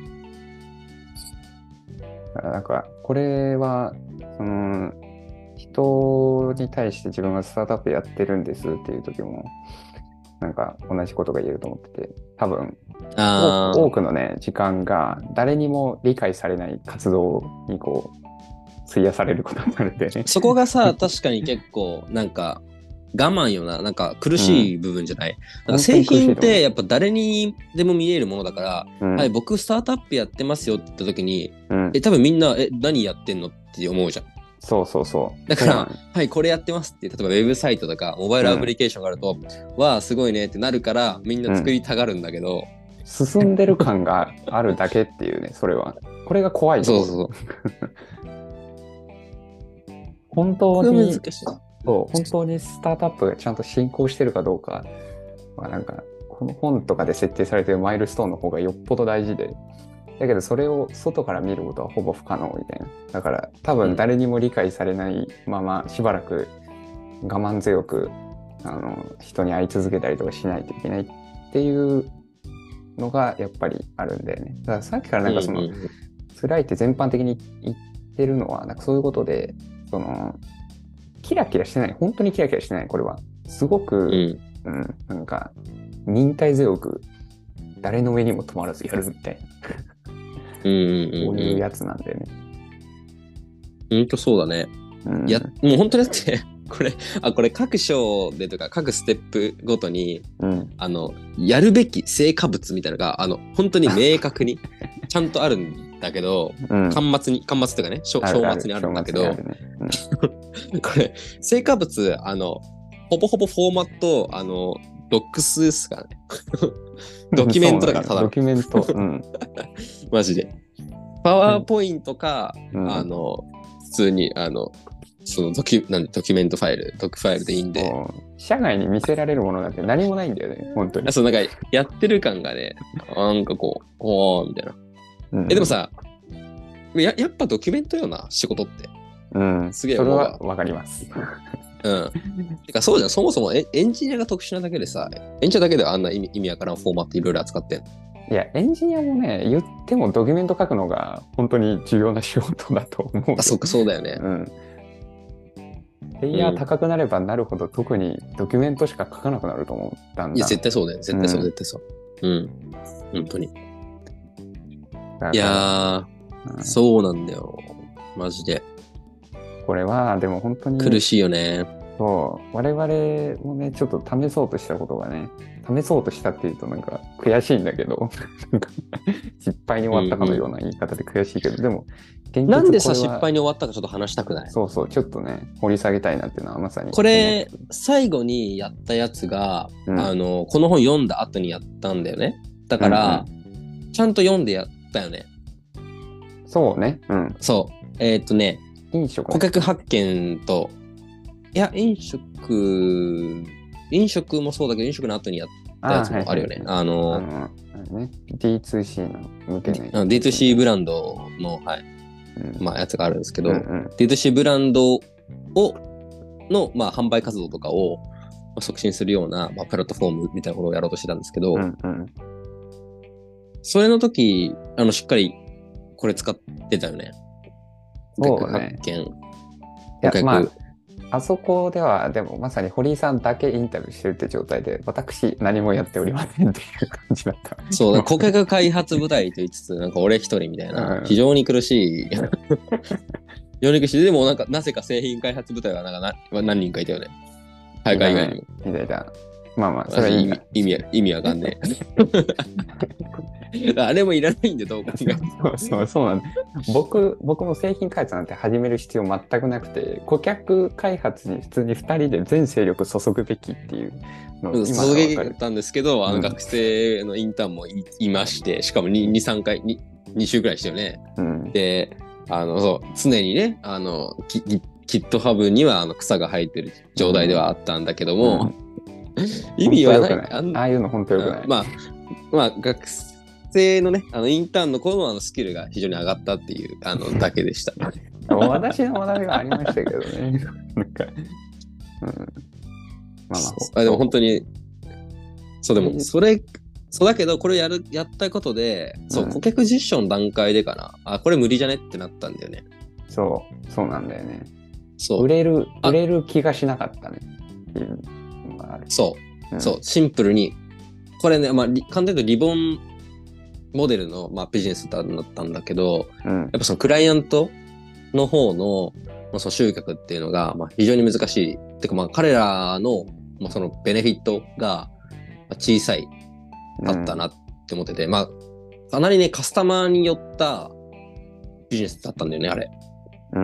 なんか、これは、その、人に対して自分がスタートアップやってるんですっていう時も、なんか同じことが言えると思ってて、多分、 あ多くのね、時間が誰にも理解されない活動にこう、費やされることになるんだよね。 そこがさ、確かに結構、なんか、我慢よな、なんか苦しい部分じゃない、うん、なんか製品ってやっぱ誰にでも見えるものだから、うん、はい、僕スタートアップやってますよって言った時に、うん、え、多分みんな、え、何やってんのって思うじゃん。 そうそうそう。 だから、はい、これやってますって、例えばウェブサイトとかモバイルアプリケーションがあると、うん、わあ、すごいねってなるから、みんな作りたがるんだけど、うん、 進んでる感があるだけっていうね、それは。これが怖いところ。そうそうそう。本当に。難しい。そう、本当にスタートアップがちゃんと進行してるかどうかは、なんか、この本とかで設定されてるマイルストーンの方がよっぽど大事で、だけどそれを外から見ることはほぼ不可能みたいな。だから多分誰にも理解されないまましばらく我慢強くあの人に会い続けたりとかしないといけないっていうのがやっぱりあるんだよね。だからさっきからなんかその、うんうん、辛いって全般的に言ってるのはなんかそういうことで、そのキラキラしてない、本当にキラキラしてない、これは。すごく、うんうん、なんか、忍耐強く、誰の上にも止まらずやるみたいな。 うんうんうんうん、 こういうやつなんだよね。 ほんとそうだね。うん、いや、もう本当にだって、これ、あ、これ各章でとか、各ステップごとに、うん、あの、やるべき成果物みたいなのが、あの、本当に明確に、ちゃんとあるんだけど、うん、端末に、端末とかね、章末にあるんだけど、ねうん、これ、成果物、あの、ほぼほぼフォーマット、あの、ドックスですからね。ドキュメントとかただの。 ドキュメント。うん、 マジで。パワーポイントか、うん、あの、普通に、あの、そのドキュ、なんドキュメントファイル、ドックファイルでいいんで。 社外に見せられるものなんて何もないんだよね、本当に。 そう、なんか、やってる感がね、なんかこう、おー、みたいな。うん、え、でもさ、や、やっぱドキュメントよな、仕事って。 うん、すげえ思うわ。それはわかります。 うん。てかそうじゃん、そもそもエンジニアが特殊なだけでさ、エンジニアだけであんな意味、意味わからんフォーマットいろいろ扱ってん。 いや、エンジニアもね、言ってもドキュメント書くのが本当に重要な仕事だと思う。 あ、そっか、そうだよね。 うん。レイヤー高くなればなるほど、うん、特にドキュメントしか書かなくなると思ったんだ。 いや、絶対そうだよ。絶対そう、うん、絶対そう。うん。本当に。いやー、うん、そうなんだよ。マジで。 これは、でも本当に。 苦しいよね。 そう。我々もね、ちょっと試そうとしたことがね、試そうとしたっていうとなんか悔しいんだけど、失敗に終わったかのような言い方で悔しいけど、うんうん、でも、 なんでさ、失敗に終わったかちょっと話したくない？ そうそう、ちょっとね、掘り下げたいなっていうのはまさに。 これ、最後にやったやつが、うん、あの、この本読んだ後にやったんだよね。だから、うんうん、ちゃんと読んでやったよね。 そうね。うん。 そう。えー、っとね、 飲食、ね、 顧客発見と、いや、飲食、飲食もそうだけど、飲食の後にやったやつもあるよね。あ、はいはい、あの、あのね、ディーツーシー の向けない。 ディーツーシー ブランドの、はい、うん、まあ、やつがあるんですけど、うんうん、ディーツーシー ブランドを、の、まあ、販売活動とかを、 促進するような、まあ、プラットフォームみたいなことをやろうとしてたんですけど、 うんうん。 それの時、あの、しっかりこれ使ってたよね。顧客発見。 いや、まあ、あそこでは、でもまさに堀井さんだけインタビューしてるって状態で、私何もやっておりませんっていう感じだった。 そう、顧客開発部隊と言いつつ、なんか俺一人みたいな、 うん、 非常に苦しい。非常に苦しい。でもなんか、なぜか製品開発部隊はなんかな何人かいたよね。海外以外にも。 いたいた。まあまあ、それはいい意味、意味、意味わかんねえ。あれもいらないんで、どう考えても。そうそう、そうなんだ。僕、僕も製品開発なんて始める必要全くなくて、顧客開発に普通にふたりで全勢力注ぐべきっていうのを今注げたんですけど、あの学生のインターンも い,、いまして、しかもに、さんかい、に, に週くらいしたよね。うん、で、あの、そう、常にね、あの、GitHub にはあの草が生えてる状態ではあったんだけども、うん意味はない。 あ, ああいうの本当よくない。 まあ、まあ、学生のね、あのインターンの頃のあのスキルが非常に上がったっていうあのだけでした。 私の学びがありましたけどね。なんか、うん、まあまあ、あでも本当に、そうでも、それ、そうだけど、これやる、やったことで、そう、うん、顧客実証の段階でかな。あ、これ無理じゃねってなったんだよね。 そう、そうなんだよね。 そう。 売れる、売れる気がしなかったね。っていう。 そう、うん、そう、シンプルに、これね、まあ、簡単に言うとリボンモデルの、まあ、ビジネスだったんだけど、うん、やっぱそのクライアントの方の、まあ、その集客っていうのが、まあ、非常に難しい。ってか、まあ、彼らの、まあ、そのベネフィットが小さいかったなって思ってて、うん、まあ、かなりね、カスタマーによったビジネスだったんだよね、あれ。 うん。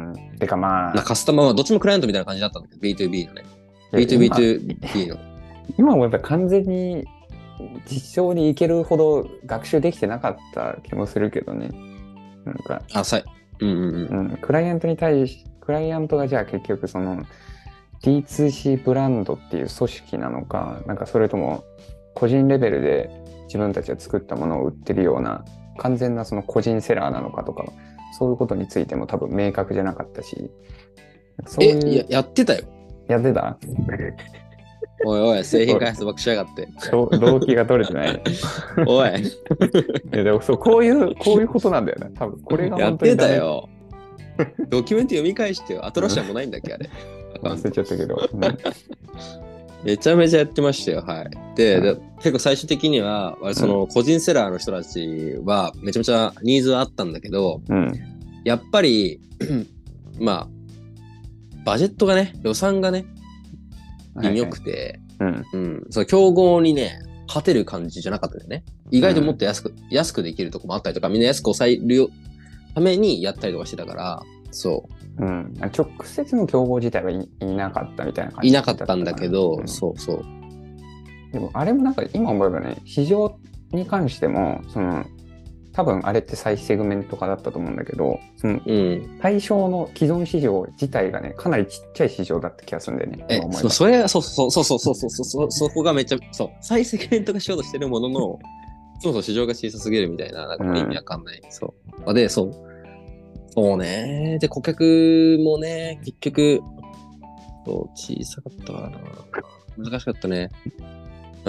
てかまあ。 カスタマーはどっちもクライアントみたいな感じだったんだけど、ビーツービー のね。ビーツービー と ビー の。 今もやっぱ完全に実証に行けるほど学習できてなかった気もするけどね。なんか。 あ、さい。うんうんうん。 うん。クライアントに対し、クライアントがじゃあ結局その ディーツーシー ブランドっていう組織なのか、なんかそれとも個人レベルで自分たちが作ったものを売ってるような完全なその個人セラーなのかとか、そういうことについても多分明確じゃなかったし。 そういうえ、や、やってたよ。 やってたおいおい、製品開発ばっかしやがって。 動機が取れてない。 おい。 いやでもそう、こういう、こういうことなんだよね。多分これが本当に。 やってたよ。ドキュメント読み返してよ。アトラシアもないんだっけ、あれ。 忘れちゃったけど。うん、 めちゃめちゃやってましたよ。はい。で、うん、結構最終的には、その個人セラーの人たちはめちゃめちゃニーズはあったんだけど、うん、やっぱり、まあ、バジェットがね、予算がね、微妙くて、はいはい、うん、うん、その競合にね、勝てる感じじゃなかったんだよね。意外ともっと安く、うん、安くできるとこもあったりとか、みんな安く抑えるためにやったりとかしてたから、そう。 うん、直接の競合自体はい、いなかったみたいな感じだった。いなかったんだけど、うん、そうそう。 でもあれもなんか今思えばね、市場に関しても、その、多分あれって再セグメント化だったと思うんだけど、その対象の既存市場自体がね、かなりちっちゃい市場だった気がするんだよね。 え、そ, それそうそうそうそうそうそうそうそこがめっちゃそう再セグメント化しようとしてるものの、そうそう市場が小さすぎるみたいななんか意味わかんない。うん、そうでそうそうねで顧客もね結局そう小さかったからな難しかったね。うん。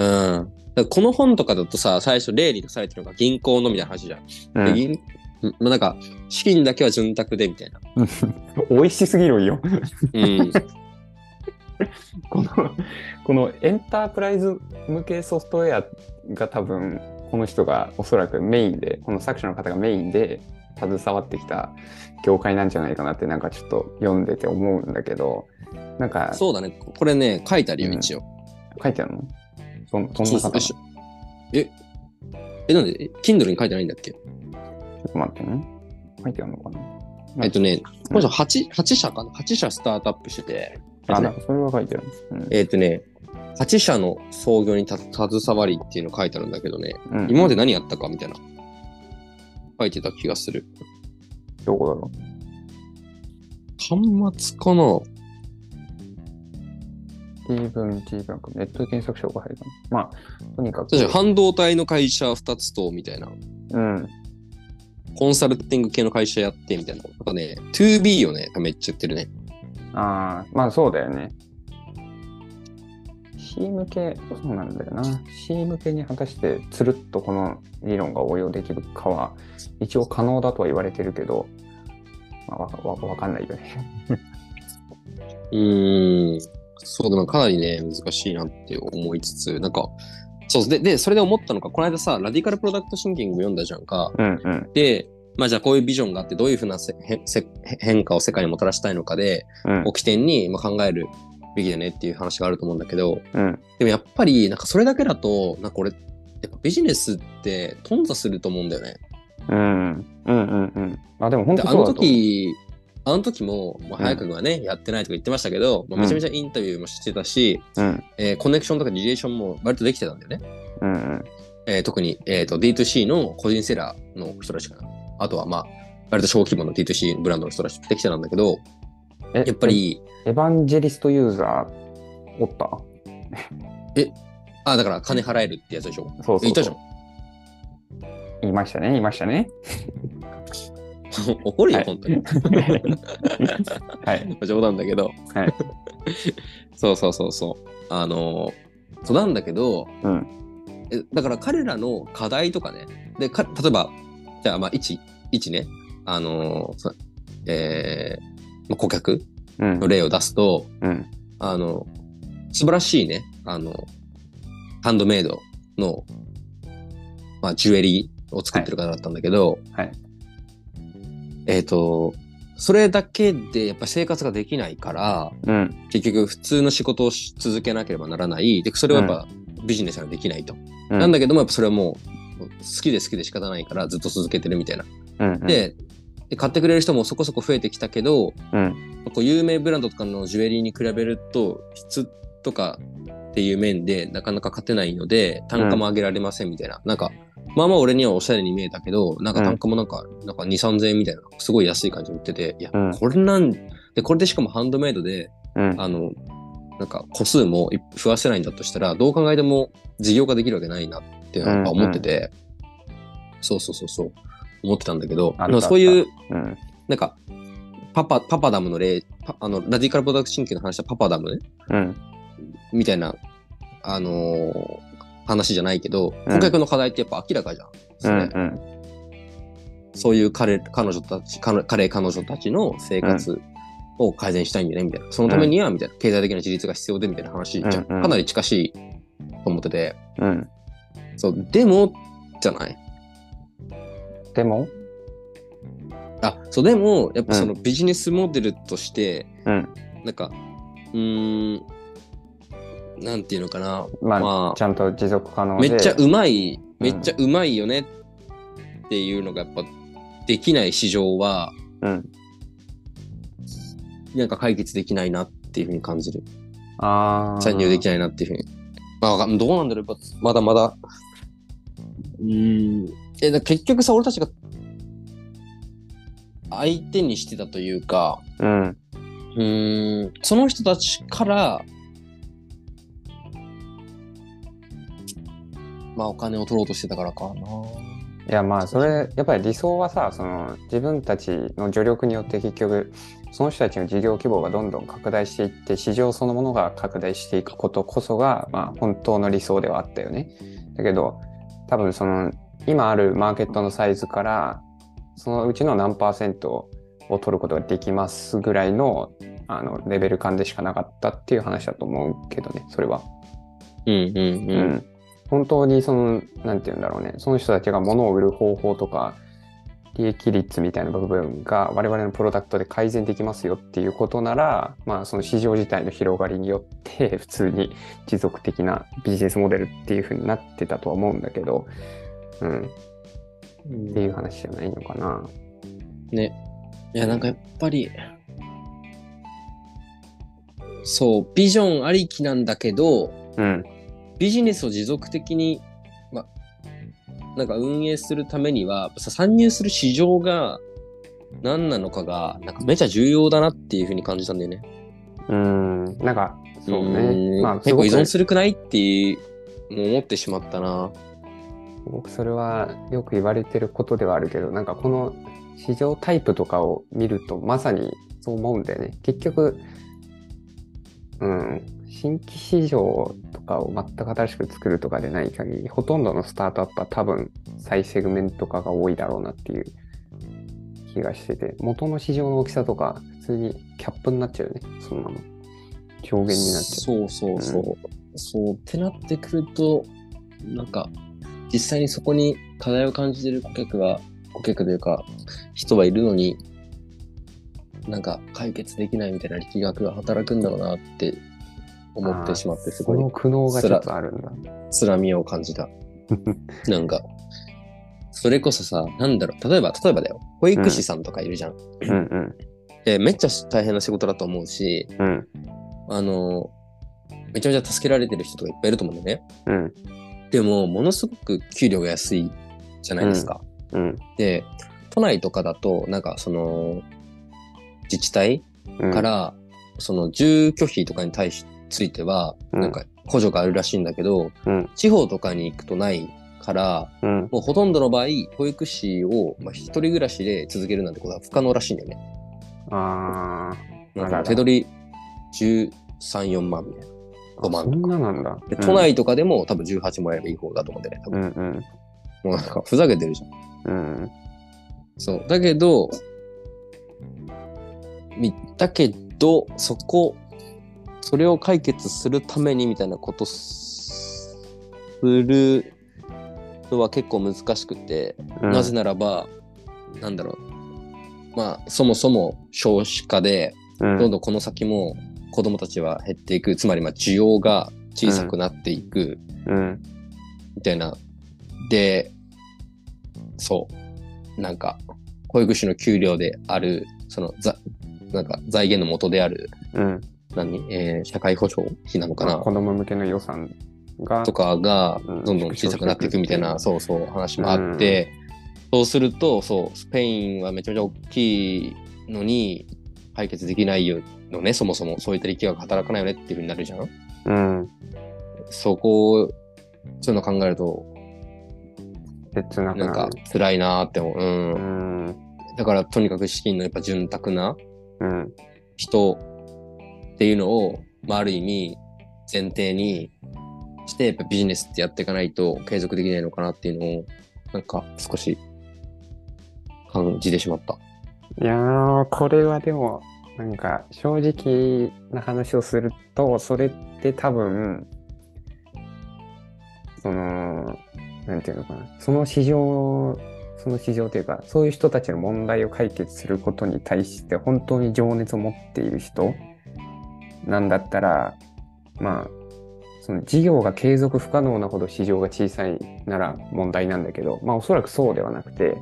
この本とかだとさ、最初例に出されてるのが銀行のみたいな話じゃん。うん、銀まあ、なんか、資金だけは潤沢でみたいな。 美味しすぎるよ。 うん、 この、このエンタープライズ向けソフトウェアが多分、この人がおそらくメインで、この作者の方がメインで携わってきた業界なんじゃないかなってなんかちょっと読んでて思うんだけど、なんか。 そうだね。これね、書いてあるよ、うん、一応。 書いてあるのそ, そんな方え、え、なんで Kindle に書いてないんだっけ？ちょっと待ってね。書いてあるのかなえっとね、この人 8, 8社かな ?はち 社スタートアップしてて。 あ、ね、それは書いてある、うん。 えっとね、はち社の創業にた携わりっていうの書いてあるんだけどね、うん、今まで何やったかみたいな。書いてた気がする。 どこだろう端末かなティーブン、ティーブン、ネットで検索した方が早いかな。まあ、とにかく。 半導体の会社ふたつと、みたいな。 うん。 コンサルティング系の会社やって、みたいな。なんかね、ツービー をね、めっちゃ言ってるね。 ああ、まあそうだよね。 C 向け、そうなんだよな。C 向けに果たしてつるっとこの理論が応用できるかは、一応可能だとは言われてるけど、まあ、わ, わ, わかんないよね。 うーん。そう、でもかなりね、難しいなって思いつつ、なんか、そうで、で、それで思ったのが、この間さ、ラディカルプロダクトシンキング読んだじゃんか。 うんうん。 で、まあじゃあこういうビジョンがあって、どういうふうなせへせ変化を世界にもたらしたいのかで、 うん、 を起点にまあ考えるべきだねっていう話があると思うんだけど、 うん、 でもやっぱり、なんかそれだけだと、なんか俺、やっぱビジネスって頓挫すると思うんだよね。 うん、うん、うん、うん。あ、でも本で、あの当そうだと思う。 時、あの時も、まあ、早川君はね、うん、やってないとか言ってましたけど、まあ、めちゃめちゃインタビューもしてたし、うん、えー、コネクションとかリレーションも割とできてたんだよね。 うんうん、 えー、特に、えーと、ディーツーシー の個人セラーの人たちかな。あとは、まあ、割と小規模の ディーツーシー ブランドの人たちできてたんだけど、やっぱり。 エヴァンジェリストユーザーおったえ、あ、だから金払えるってやつでしょ。 そうそうそう。 言ったじゃん。 言いましたね、言いましたね。 怒るよ、はい、本当に。 はい。 冗談だけど。 はい。 そうそうそうそう。あの、そうなんだけど、 うん、 えだから彼らの課題とかね。で、か例えば、じゃあ、まあ、いち、いちね、あの、えー、まあ、顧客の例を出すと、 うん、 あの、素晴らしいね、あの、ハンドメイドの、まあ、ジュエリーを作ってる方だったんだけど、 はいはい、 えっと、それだけでやっぱ生活ができないから、 うん、 結局普通の仕事を続けなければならない。で、それはやっぱビジネスができないと。うん、なんだけども、やっぱそれはもう好きで好きで仕方ないからずっと続けてるみたいな。うんうん、で、で買ってくれる人もそこそこ増えてきたけど、うん、こう有名ブランドとかのジュエリーに比べると質とかっていう面でなかなか勝てないので単価も上げられませんみたいな、うん、なんかまあまあ俺にはおしゃれに見えたけどなんか単価もなんか、うん、なんかに、さんぜんえんみたいなすごい安い感じで売ってて、いや、うん、これなんでこれでしかもハンドメイドで、うん、あのなんか個数も増やせないんだとしたらどう考えても事業化できるわけないなってなんか思ってて、うんうん、そうそうそうそう思ってたんだけど、そういう、うん、なんかパパパパダムの例、あのラディカルプロダクトシンキングの話したパパダムね、うん、みたいなあのー、話じゃないけど、顧、うん、客の課題ってやっぱ明らかじゃん。ですね、うんうん、そういう彼彼女たち彼彼彼女たちの生活を改善したいんだよねみたいな。そのためにはみたいな経済的な自立が必要でみたいな話じゃん。うんうん、かなり近しいと思ってて、うん、そうでもじゃない。 でもあ、そうでもやっぱそのビジネスモデルとして、うん、なんかうーんなんていうのかな、 まあ、まあ、ちゃんと持続可能でめっちゃうまいめっちゃうまいよねっていうのがやっぱできない市場は、うん、なんか解決できないなっていうふうに感じる。あ参入できないなっていうふうに。まあどうなんだろう、まだまだ。うーんえだ結局さ俺たちが相手にしてたというか、うん、うーんその人たちからまあお金を取ろうとしてたからかな。 いやまあそれやっぱり理想はさ、その自分たちの助力によって結局その人たちの事業規模がどんどん拡大していって市場そのものが拡大していくことこそがまあ本当の理想ではあったよね。だけど多分その今あるマーケットのサイズからそのうちの何パーセントを取ることができますぐらいのあのレベル感でしかなかったっていう話だと思うけどね、それは。うんうんうん。うん本当にそのなんていうんだろうね、その人たちが物を売る方法とか利益率みたいな部分が我々のプロダクトで改善できますよっていうことなら、まあその市場自体の広がりによって普通に持続的なビジネスモデルっていう風になってたとは思うんだけど、うん、うん、っていう話じゃないのかな。 ね、いやなんかやっぱりそうビジョンありきなんだけど。うんビジネスを持続的に、ま、なんか運営するためには参入する市場が何なのかがなんかめちゃ重要だなっていう風に感じたんだよね。 うーんなんかそうね、 まあ、結構依存するくないっていう思ってしまったな。 僕それはよく言われてることではあるけど、なんかこの市場タイプとかを見るとまさにそう思うんだよね。結局うん新規市場とかを全く新しく作るとかでない限り、ほとんどのスタートアップは多分再セグメント化が多いだろうなっていう気がしてて、元の市場の大きさとか普通にキャップになっちゃうよね、そんなの。上限になっちゃう。 そうそうそう。うん、そうってなってくると、なんか実際にそこに課題を感じている顧客は、顧客というか人はいるのに、なんか解決できないみたいな力学が働くんだろうなって思ってしまって、すごい。 その苦悩がちょっとあるんだ。 つらみを感じた。なんか、それこそさ、なんだろう、例えば、例えばだよ、保育士さんとかいるじゃん。 うんうん、 でめっちゃ大変な仕事だと思うし、 うん、 あの、めちゃめちゃ助けられてる人とかいっぱいいると思うんだよね。 うん、 でも、ものすごく給料が安いじゃないですか。 うんうん、で、 都内とかだと、なんかその、自治体から、うん、その住居費とかに対しついては、うん、なんか補助があるらしいんだけど、うん、地方とかに行くとないから、うん、もうほとんどの場合、保育士を、まあ、一人暮らしで続けるなんてことは不可能らしいんだよね。 ああ。なんか手取りじゅうさん、よんまんみたいな。ごまんとか。 そんななんだ。 で都内とかでも多分じゅうはちもらえばいい方だと思うんだよね。多分。うんうん、もうなんかふざけてるじゃん。うん。そう。だけど、だけど、そこ、それを解決するためにみたいなことするのは結構難しくて、うん、なぜならば、なんだろう。まあ、そもそも少子化で、うん、どんどんこの先も子供たちは減っていく。つまり、まあ、需要が小さくなっていく。うん、みたいな。で、そう。なんか、保育士の給料である、その、ざなんか財源の元である、うん、何、えー、社会保障費なのかな、 子供向けの予算がとかがどんどん小さくなっていくみたいな、うん、そうそう話もあって、うん、そうするとそうスペインはめちゃめちゃ大きいのに解決できないよのね、そもそもそういった力学が働かないよねっていう風になるじゃん。うん、そこそういうの考えると切なくなる。 なんか辛いなーって思う。うん。うん、だからとにかく資金のやっぱ潤沢な人っていうのを、まあ、ある意味前提にしてやっぱビジネスってやっていかないと継続できないのかなっていうのをなんか少し感じてしまった。 いやー、これはでもなんか正直な話をすると、それって多分そのなんていうのかな、その市場その市場というか、そういう人たちの問題を解決することに対して本当に情熱を持っている人なんだったら、まあその事業が継続不可能なほど市場が小さいなら問題なんだけど、まあおそらくそうではなくて、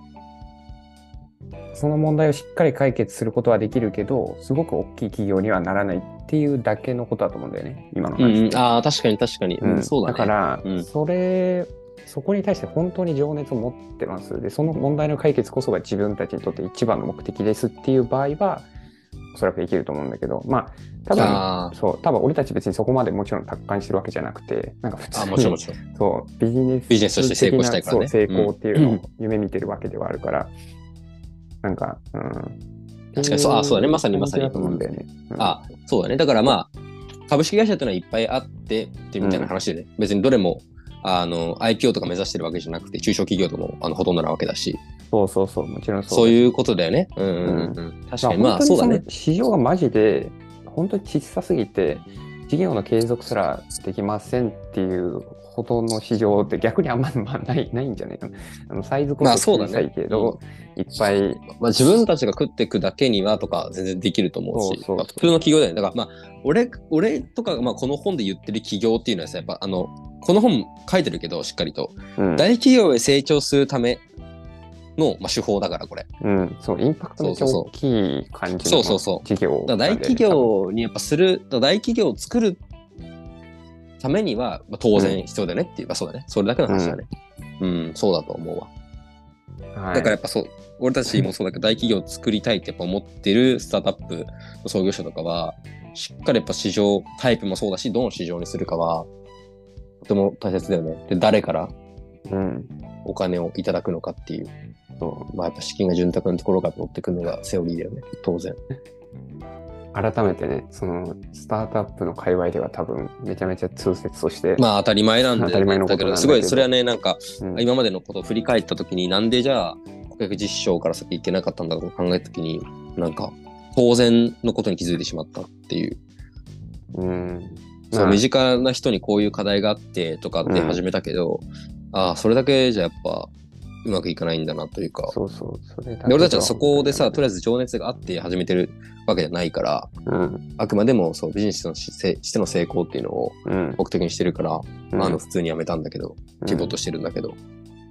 その問題をしっかり解決することはできるけど、すごく大きい企業にはならないっていうだけのことだと思うんだよね、今の話、 うん、ああ確かに確かに、うん、そうだね。 だから、うん、それそこに対して本当に情熱を持ってます。で、その問題の解決こそが自分たちにとって一番の目的ですっていう場合は、おそらくできると思うんだけど、まあ、多分、そう、多分俺たち別にそこまでもちろん達観してるわけじゃなくて、なんか普通に、 あもちろんもちろんそう、ビジネスビジネスとして成功したいからね。 そう、成功っていうのを夢見てるわけではあるから、うん、なんか、うん。 確かにそう、あ、そうだね、まさにまさに。 だと思うんだよね。 うん、あ、そうだね。だからまあ、株式会社っていうのはいっぱいあってってみたいな話でね、うん、別にどれも、あの アイピーオー とか目指してるわけじゃなくて中小企業ともあのほとんどなわけだし、 そうそうそう、もちろんそうそういうことだよね。うんうんうん、うん、確かにまあそうだね。 市場がマジで本当に小さすぎて事業の継続すらできませんっていうほどの市場って逆にあんまりないないんじゃないかな。あのサイズこそ小さいけど、まあね、うん、いっぱい、 まあ、自分たちが食っていくだけにはとか全然できると思うし、そうそうそう、まあ、普通の企業だよね。だからまあ俺俺とかまあこの本で言ってる企業っていうのはさ、やっぱあのこの本書いてるけどしっかりと、うん、大企業へ成長するための、まあ、手法だからこれ。 うん、そうインパクトめっちゃ大きい感じの事業。 だ大企業にやっぱする、大企業を作るためには、まあ、当然必要だよねっていうか、うん、そうだね。それだけの話だね。うん、うん、そうだと思うわ。はい、だからやっぱそう、俺たちもそうだけど大企業を作りたいってやっぱ思ってるスタートアップの創業者とかは、しっかりやっぱ市場タイプもそうだし、どの市場にするかはとても大切だよね。で、誰からお金をいただくのかっていう。うん、まあやっぱ資金が潤沢なところから取ってくるのがセオリーだよね、当然。 改めてね、そのスタートアップの界隈では多分めちゃめちゃ通説としてまあ当たり前なんで、ね、 当たり前のことなんだけど、 すごいそれはねなんか、 うん、 今までのことを振り返った時になんでじゃあ顧客実証から先行けなかったんだろうと考えた時になんか当然のことに気づいてしまったっていう、 うん、 そう、身近な人にこういう課題があってとかって始めたけど、うん、ああそれだけじゃやっぱうまくいかないんだなというか、 そうそうそれだけで俺たちはそこでさとりあえず情熱があって始めてるわけじゃないから、うん、あくまでもそうビジネスのししての成功っていうのを目的にしてるから、うん、あの普通にやめたんだけど、うん、ピボットしてるんだけど、うん、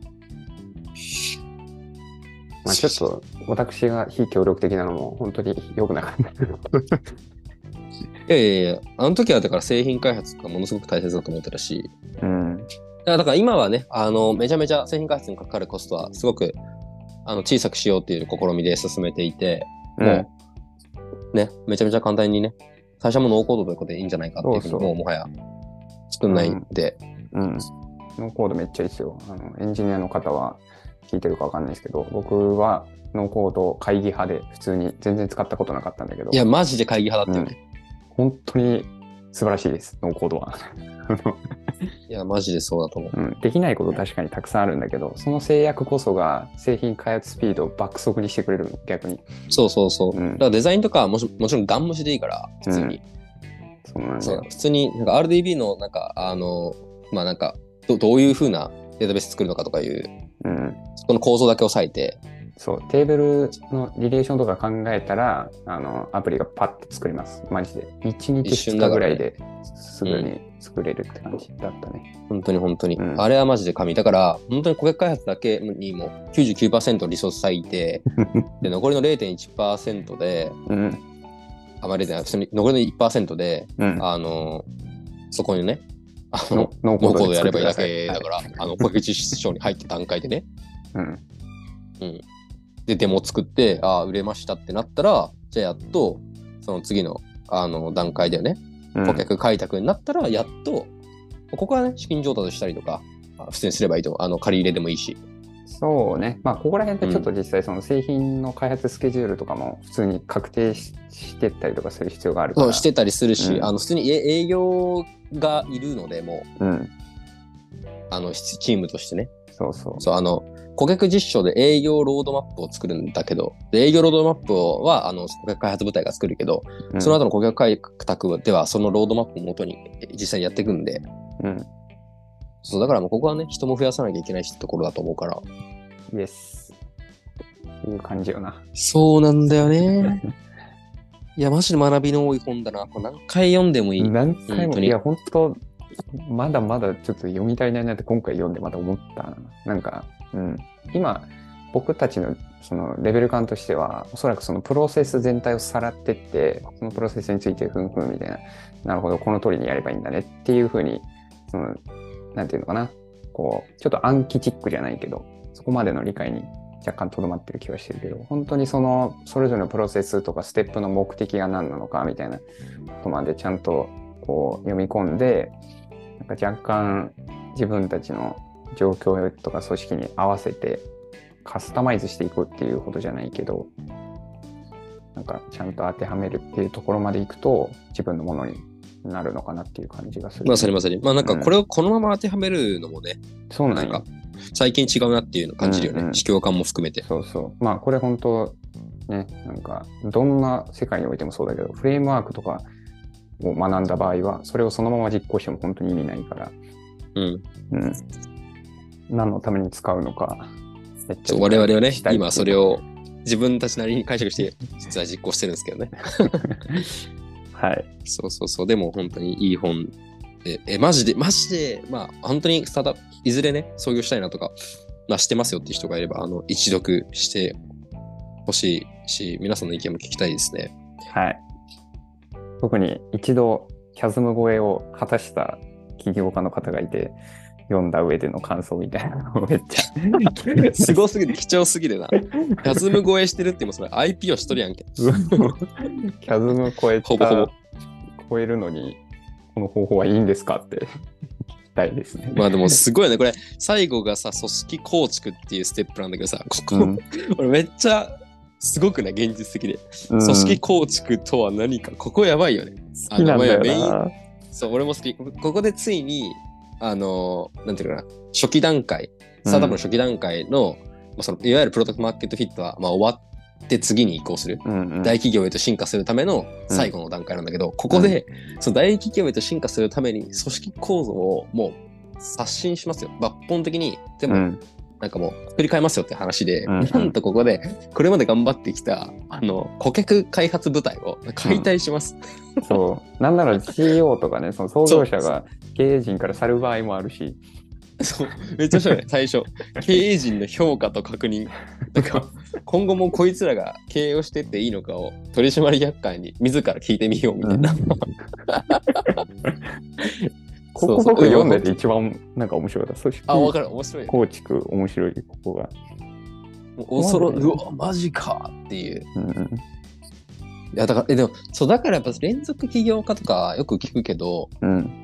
まあちょっと私が非協力的なのも本当に良くなかったいやいやいやあの時はだから製品開発がものすごく大切だと思ってたし、うん、だからだから今はねあのめちゃめちゃ製品開発にかかるコストはすごくあの小さくしようっていう試みで進めていて、うん、もうねめちゃめちゃ簡単にね最初もノーコードということでいいんじゃないかっていうふうにもうもはや作んないんで、 うんうん、ノーコードめっちゃいいですよ。あのエンジニアの方は聞いてるかわかんないですけど、僕はノーコード会議派で普通に全然使ったことなかったんだけど、 いやマジで会議派だったよね、 うん、本当に素晴らしいですノーコードは。 いやマジでそうだと思う、 うん、できないこと確かにたくさんあるんだけど、その制約こそが製品開発スピードを爆速にしてくれるの逆に。 そうそうそう、うん、だからデザインとかはもしもちろんガン無視でいいから普通に、うん、 そうなんだよ。 普通になんか アールディービー のなんかあのまあなんか ど, どういう風なデータベース作るのかとかいう、うん、そこの構造だけ押さえて、 そうテーブルのリレーションとか考えたらあのアプリがパッと作りますマジでいちにちふつかぐらいですぐに作れるって感じだったね、 うん、本当に本当に、うん、あれはマジで神だから本当に顧客開発だけにも きゅうじゅうきゅうパーセント リソース割いてで残りの れいてんいちパーセント で、うん、あまりで普通に残りの いちパーセント で、うん、あのそこにねあのノーコードやればいいだけだから、はい、あの顧客実証に入った段階でね、うんうん、でデモ作ってああ売れましたってなったらじゃあやっとその次のあの段階だよね、うん、顧客開拓になったらやっとここはね資金調達したりとか普通にすればいいとあの借り入れでもいいしそうねまあここら辺でちょっと実際その製品の開発スケジュールとかも普通に確定 し, してったりとかする必要があるからそうしてたりするし、うん、あの普通に営業がいるのでもう、うん、あのチームとしてねそうそうそうあの顧客実証で営業ロードマップを作るんだけどで営業ロードマップはあの顧客開発部隊が作るけど、うん、その後の顧客開拓ではそのロードマップを元に実際にやっていくんで、うん、そうだからもうここはね人も増やさなきゃいけないってところだと思うからイエスいう感じよなそうなんだよねいやマジで学びの多い本だなこれ何回読んでもいい何回もいや本当まだまだちょっと読みたいなって今回読んでまた思ったな。なんか、うん、今僕たちのそのレベル感としてはおそらくそのプロセス全体をさらってってそのプロセスについてふんふんみたいななるほどこの通りにやればいいんだねっていう風にそのなんていうのかなこうちょっと暗記チックじゃないけどそこまでの理解に若干とどまってる気はしてるけど本当にそのそれぞれのプロセスとかステップの目的が何なのかみたいなことまでちゃんとこう読み込んでなんか若干自分たちの状況とか組織に合わせてカスタマイズしていくっていうことじゃないけどなんかちゃんと当てはめるっていうところまでいくと自分のものになるのかなっていう感じがする。 まさにまさに。まあなんかこれをこのまま当てはめるのもね、 うん、そうなんか最近違うなっていうのを感じるよね。指標感も含めて。 そうそう。まあこれ本当ね、なんかどんな世界においてもそうだけどフレームワークとかを学んだ場合はそれをそのまま実行しても本当に意味ないから、うんうん、何のために使うのかめっちゃ我々はね今それを自分たちなりに解釈して実は実行してるんですけどねはいそうそうそうでも本当にいい本でえマジでマジでまあ本当にスタートアップいずれね創業したいなとかまあしてますよっていう人がいればあの一読してほしいし皆さんの意見も聞きたいですね。 はい特に一度キャズム超えを果たした起業家の方がいて読んだ上での感想みたいなのをめっちゃすごすぎて貴重すぎるなキャズム超えしてるってもそれ アイピー をしとるやんけキャズム超えたほぼほぼ超えるのにこの方法はいいんですかって聞きたいですね。 まあでもすごいねこれ最後がさ組織構築っていうステップなんだけどさここ、うん、俺めっちゃすごくね、現実的で。 うん、 組織構築とは何か、ここやばいよね。 好きなんだよあのメインな。 そう、俺も好き。ここでついに、あの、なんていうかな、初期段階、スタートアップの初期段階の、まあ、そのいわゆるプロダクトマーケットフィットは、まあ、終わって次に移行する、 うんうん、 大企業へと進化するための最後の段階なんだけど、うん、ここで、その大企業へと進化するために組織構造をもう刷新しますよ。抜本的に、でも、うんなんかもう作り変えますよって話で、うんうん、なんとここでこれまで頑張ってきたあの顧客開発部隊を解体します、 うん、そうなんなら シーイーオー とかねその創業者が経営陣から去る場合もあるしそうめっちゃ面白いね最初経営陣の評価と確認なんか今後もこいつらが経営をしてっていいのかを取締役会に自ら聞いてみようみたいな、うんここ僕読んでて一番なんか面白かった。組織あ、わかる。面白い。 構築面白い、ここが。 恐ろ、うわ、マジかっていう。うん、いや、だから、え、でも、そう、だからやっぱ連続起業家とかよく聞くけど、うん、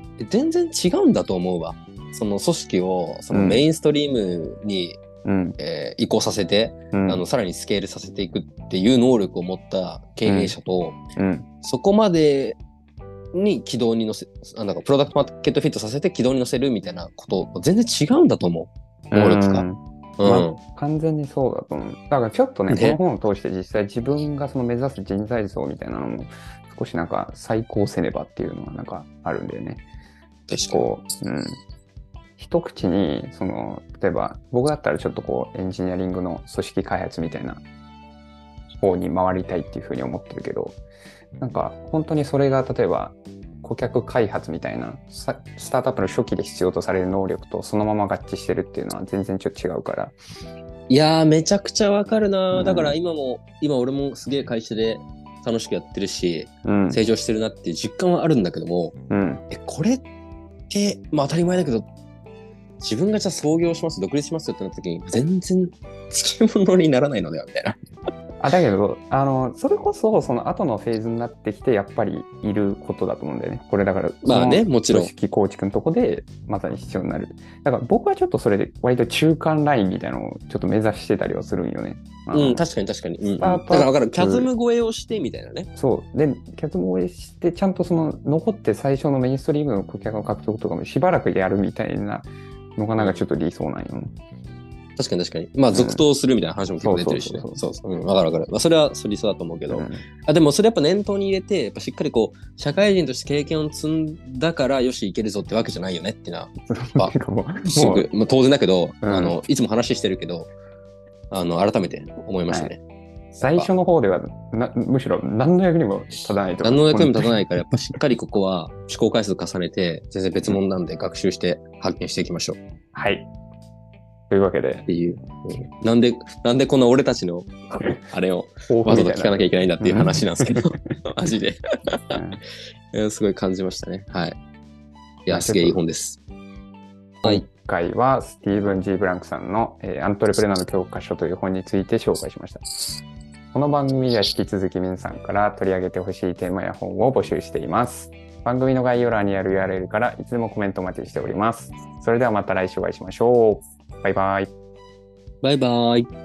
全然違うんだと思うわ。その組織をそのメインストリームに、うんえー、移行させて、うん、あのさらにスケールさせていくっていう能力を持った経営者と、うんうん、そこまでに軌道に乗せ、なんかプロダクトマーケットフィットさせて軌道に乗せるみたいなこと全然違うんだと思う。能力が。うんまあ、完全にそうだと思う。だからちょっとね、この本を通して実際自分がその目指す人材像みたいなのも少しなんか再考せねばっていうのはなんかあるんだよね。 確かに。 こう、うん。一口に、その、例えば僕だったらちょっとこうエンジニアリングの組織開発みたいな方に回りたいっていうふうに思ってるけど、なんか本当にそれが例えば顧客開発みたいなスタートアップの初期で必要とされる能力とそのまま合致してるっていうのは全然ちょっと違うから。 いやーめちゃくちゃわかるな、うん、だから今も今俺もすげえ会社で楽しくやってるし、うん、成長してるなっていう実感はあるんだけども、うん、えこれってまあ当たり前だけど自分がじゃあ創業します独立しますよってなった時に全然付き物にならないのではみたいな。 あだけどあのそれこそその後のフェーズになってきてやっぱりいることだと思うんだよね。これだからまあねもちろん組織構築のとこでまさに必要になる。だから僕はちょっとそれで割と中間ラインみたいなのをちょっと目指してたりはするんよね。 うん確かに確かに。うん、だから分かるキャズム超えをしてみたいなね。 そうでキャズム超えしてちゃんとその残って最初のメインストリームの顧客の獲得とかもしばらくやるみたいなのがなんかちょっと理想なんよね。 確かに確かに。まあ、続投するみたいな話も結構出てるしね。そうそう。うん、わかるわかる。まあ、それは理想だと思うけど。うん、あでも、それやっぱ念頭に入れて、やっぱしっかりこう、社会人として経験を積んだから、よし、いけるぞってわけじゃないよねっていうのは、まあ、すごく、まあ、当然だけど、うん、あの、いつも話してるけど、あの、改めて思いましたね。はい、 最初の方ではな、むしろ何の役にも立たないと何の役にも立たないから、やっぱしっかりここは試行回数重ねて、全然別物なんで学習して発見していきましょう。 はい。というわけで。 っていう。なんで、なんでこんな俺たちの、あれをわざと聞かなきゃいけないんだっていう話なんですけど、マジで。すごい感じましたね。はい。いや、すげえいい本です。 はい。今回はスティーブン・ジー・ブランクさんの、えー、アントレプレナーの教科書という本について紹介しました。この番組では引き続き皆さんから取り上げてほしいテーマや本を募集しています。番組の概要欄にある ユーアールエル からいつでもコメントお待ちしております。それではまた来週お会いしましょう。バイバイ。 バイバイ。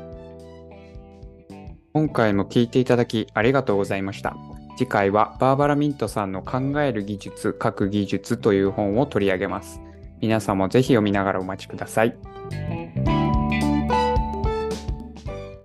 今回も聞いていただきありがとうございました。次回はバーバラ・ミントさんの考える技術、書く技術という本を取り上げます。皆さんもぜひ読みながらお待ちください。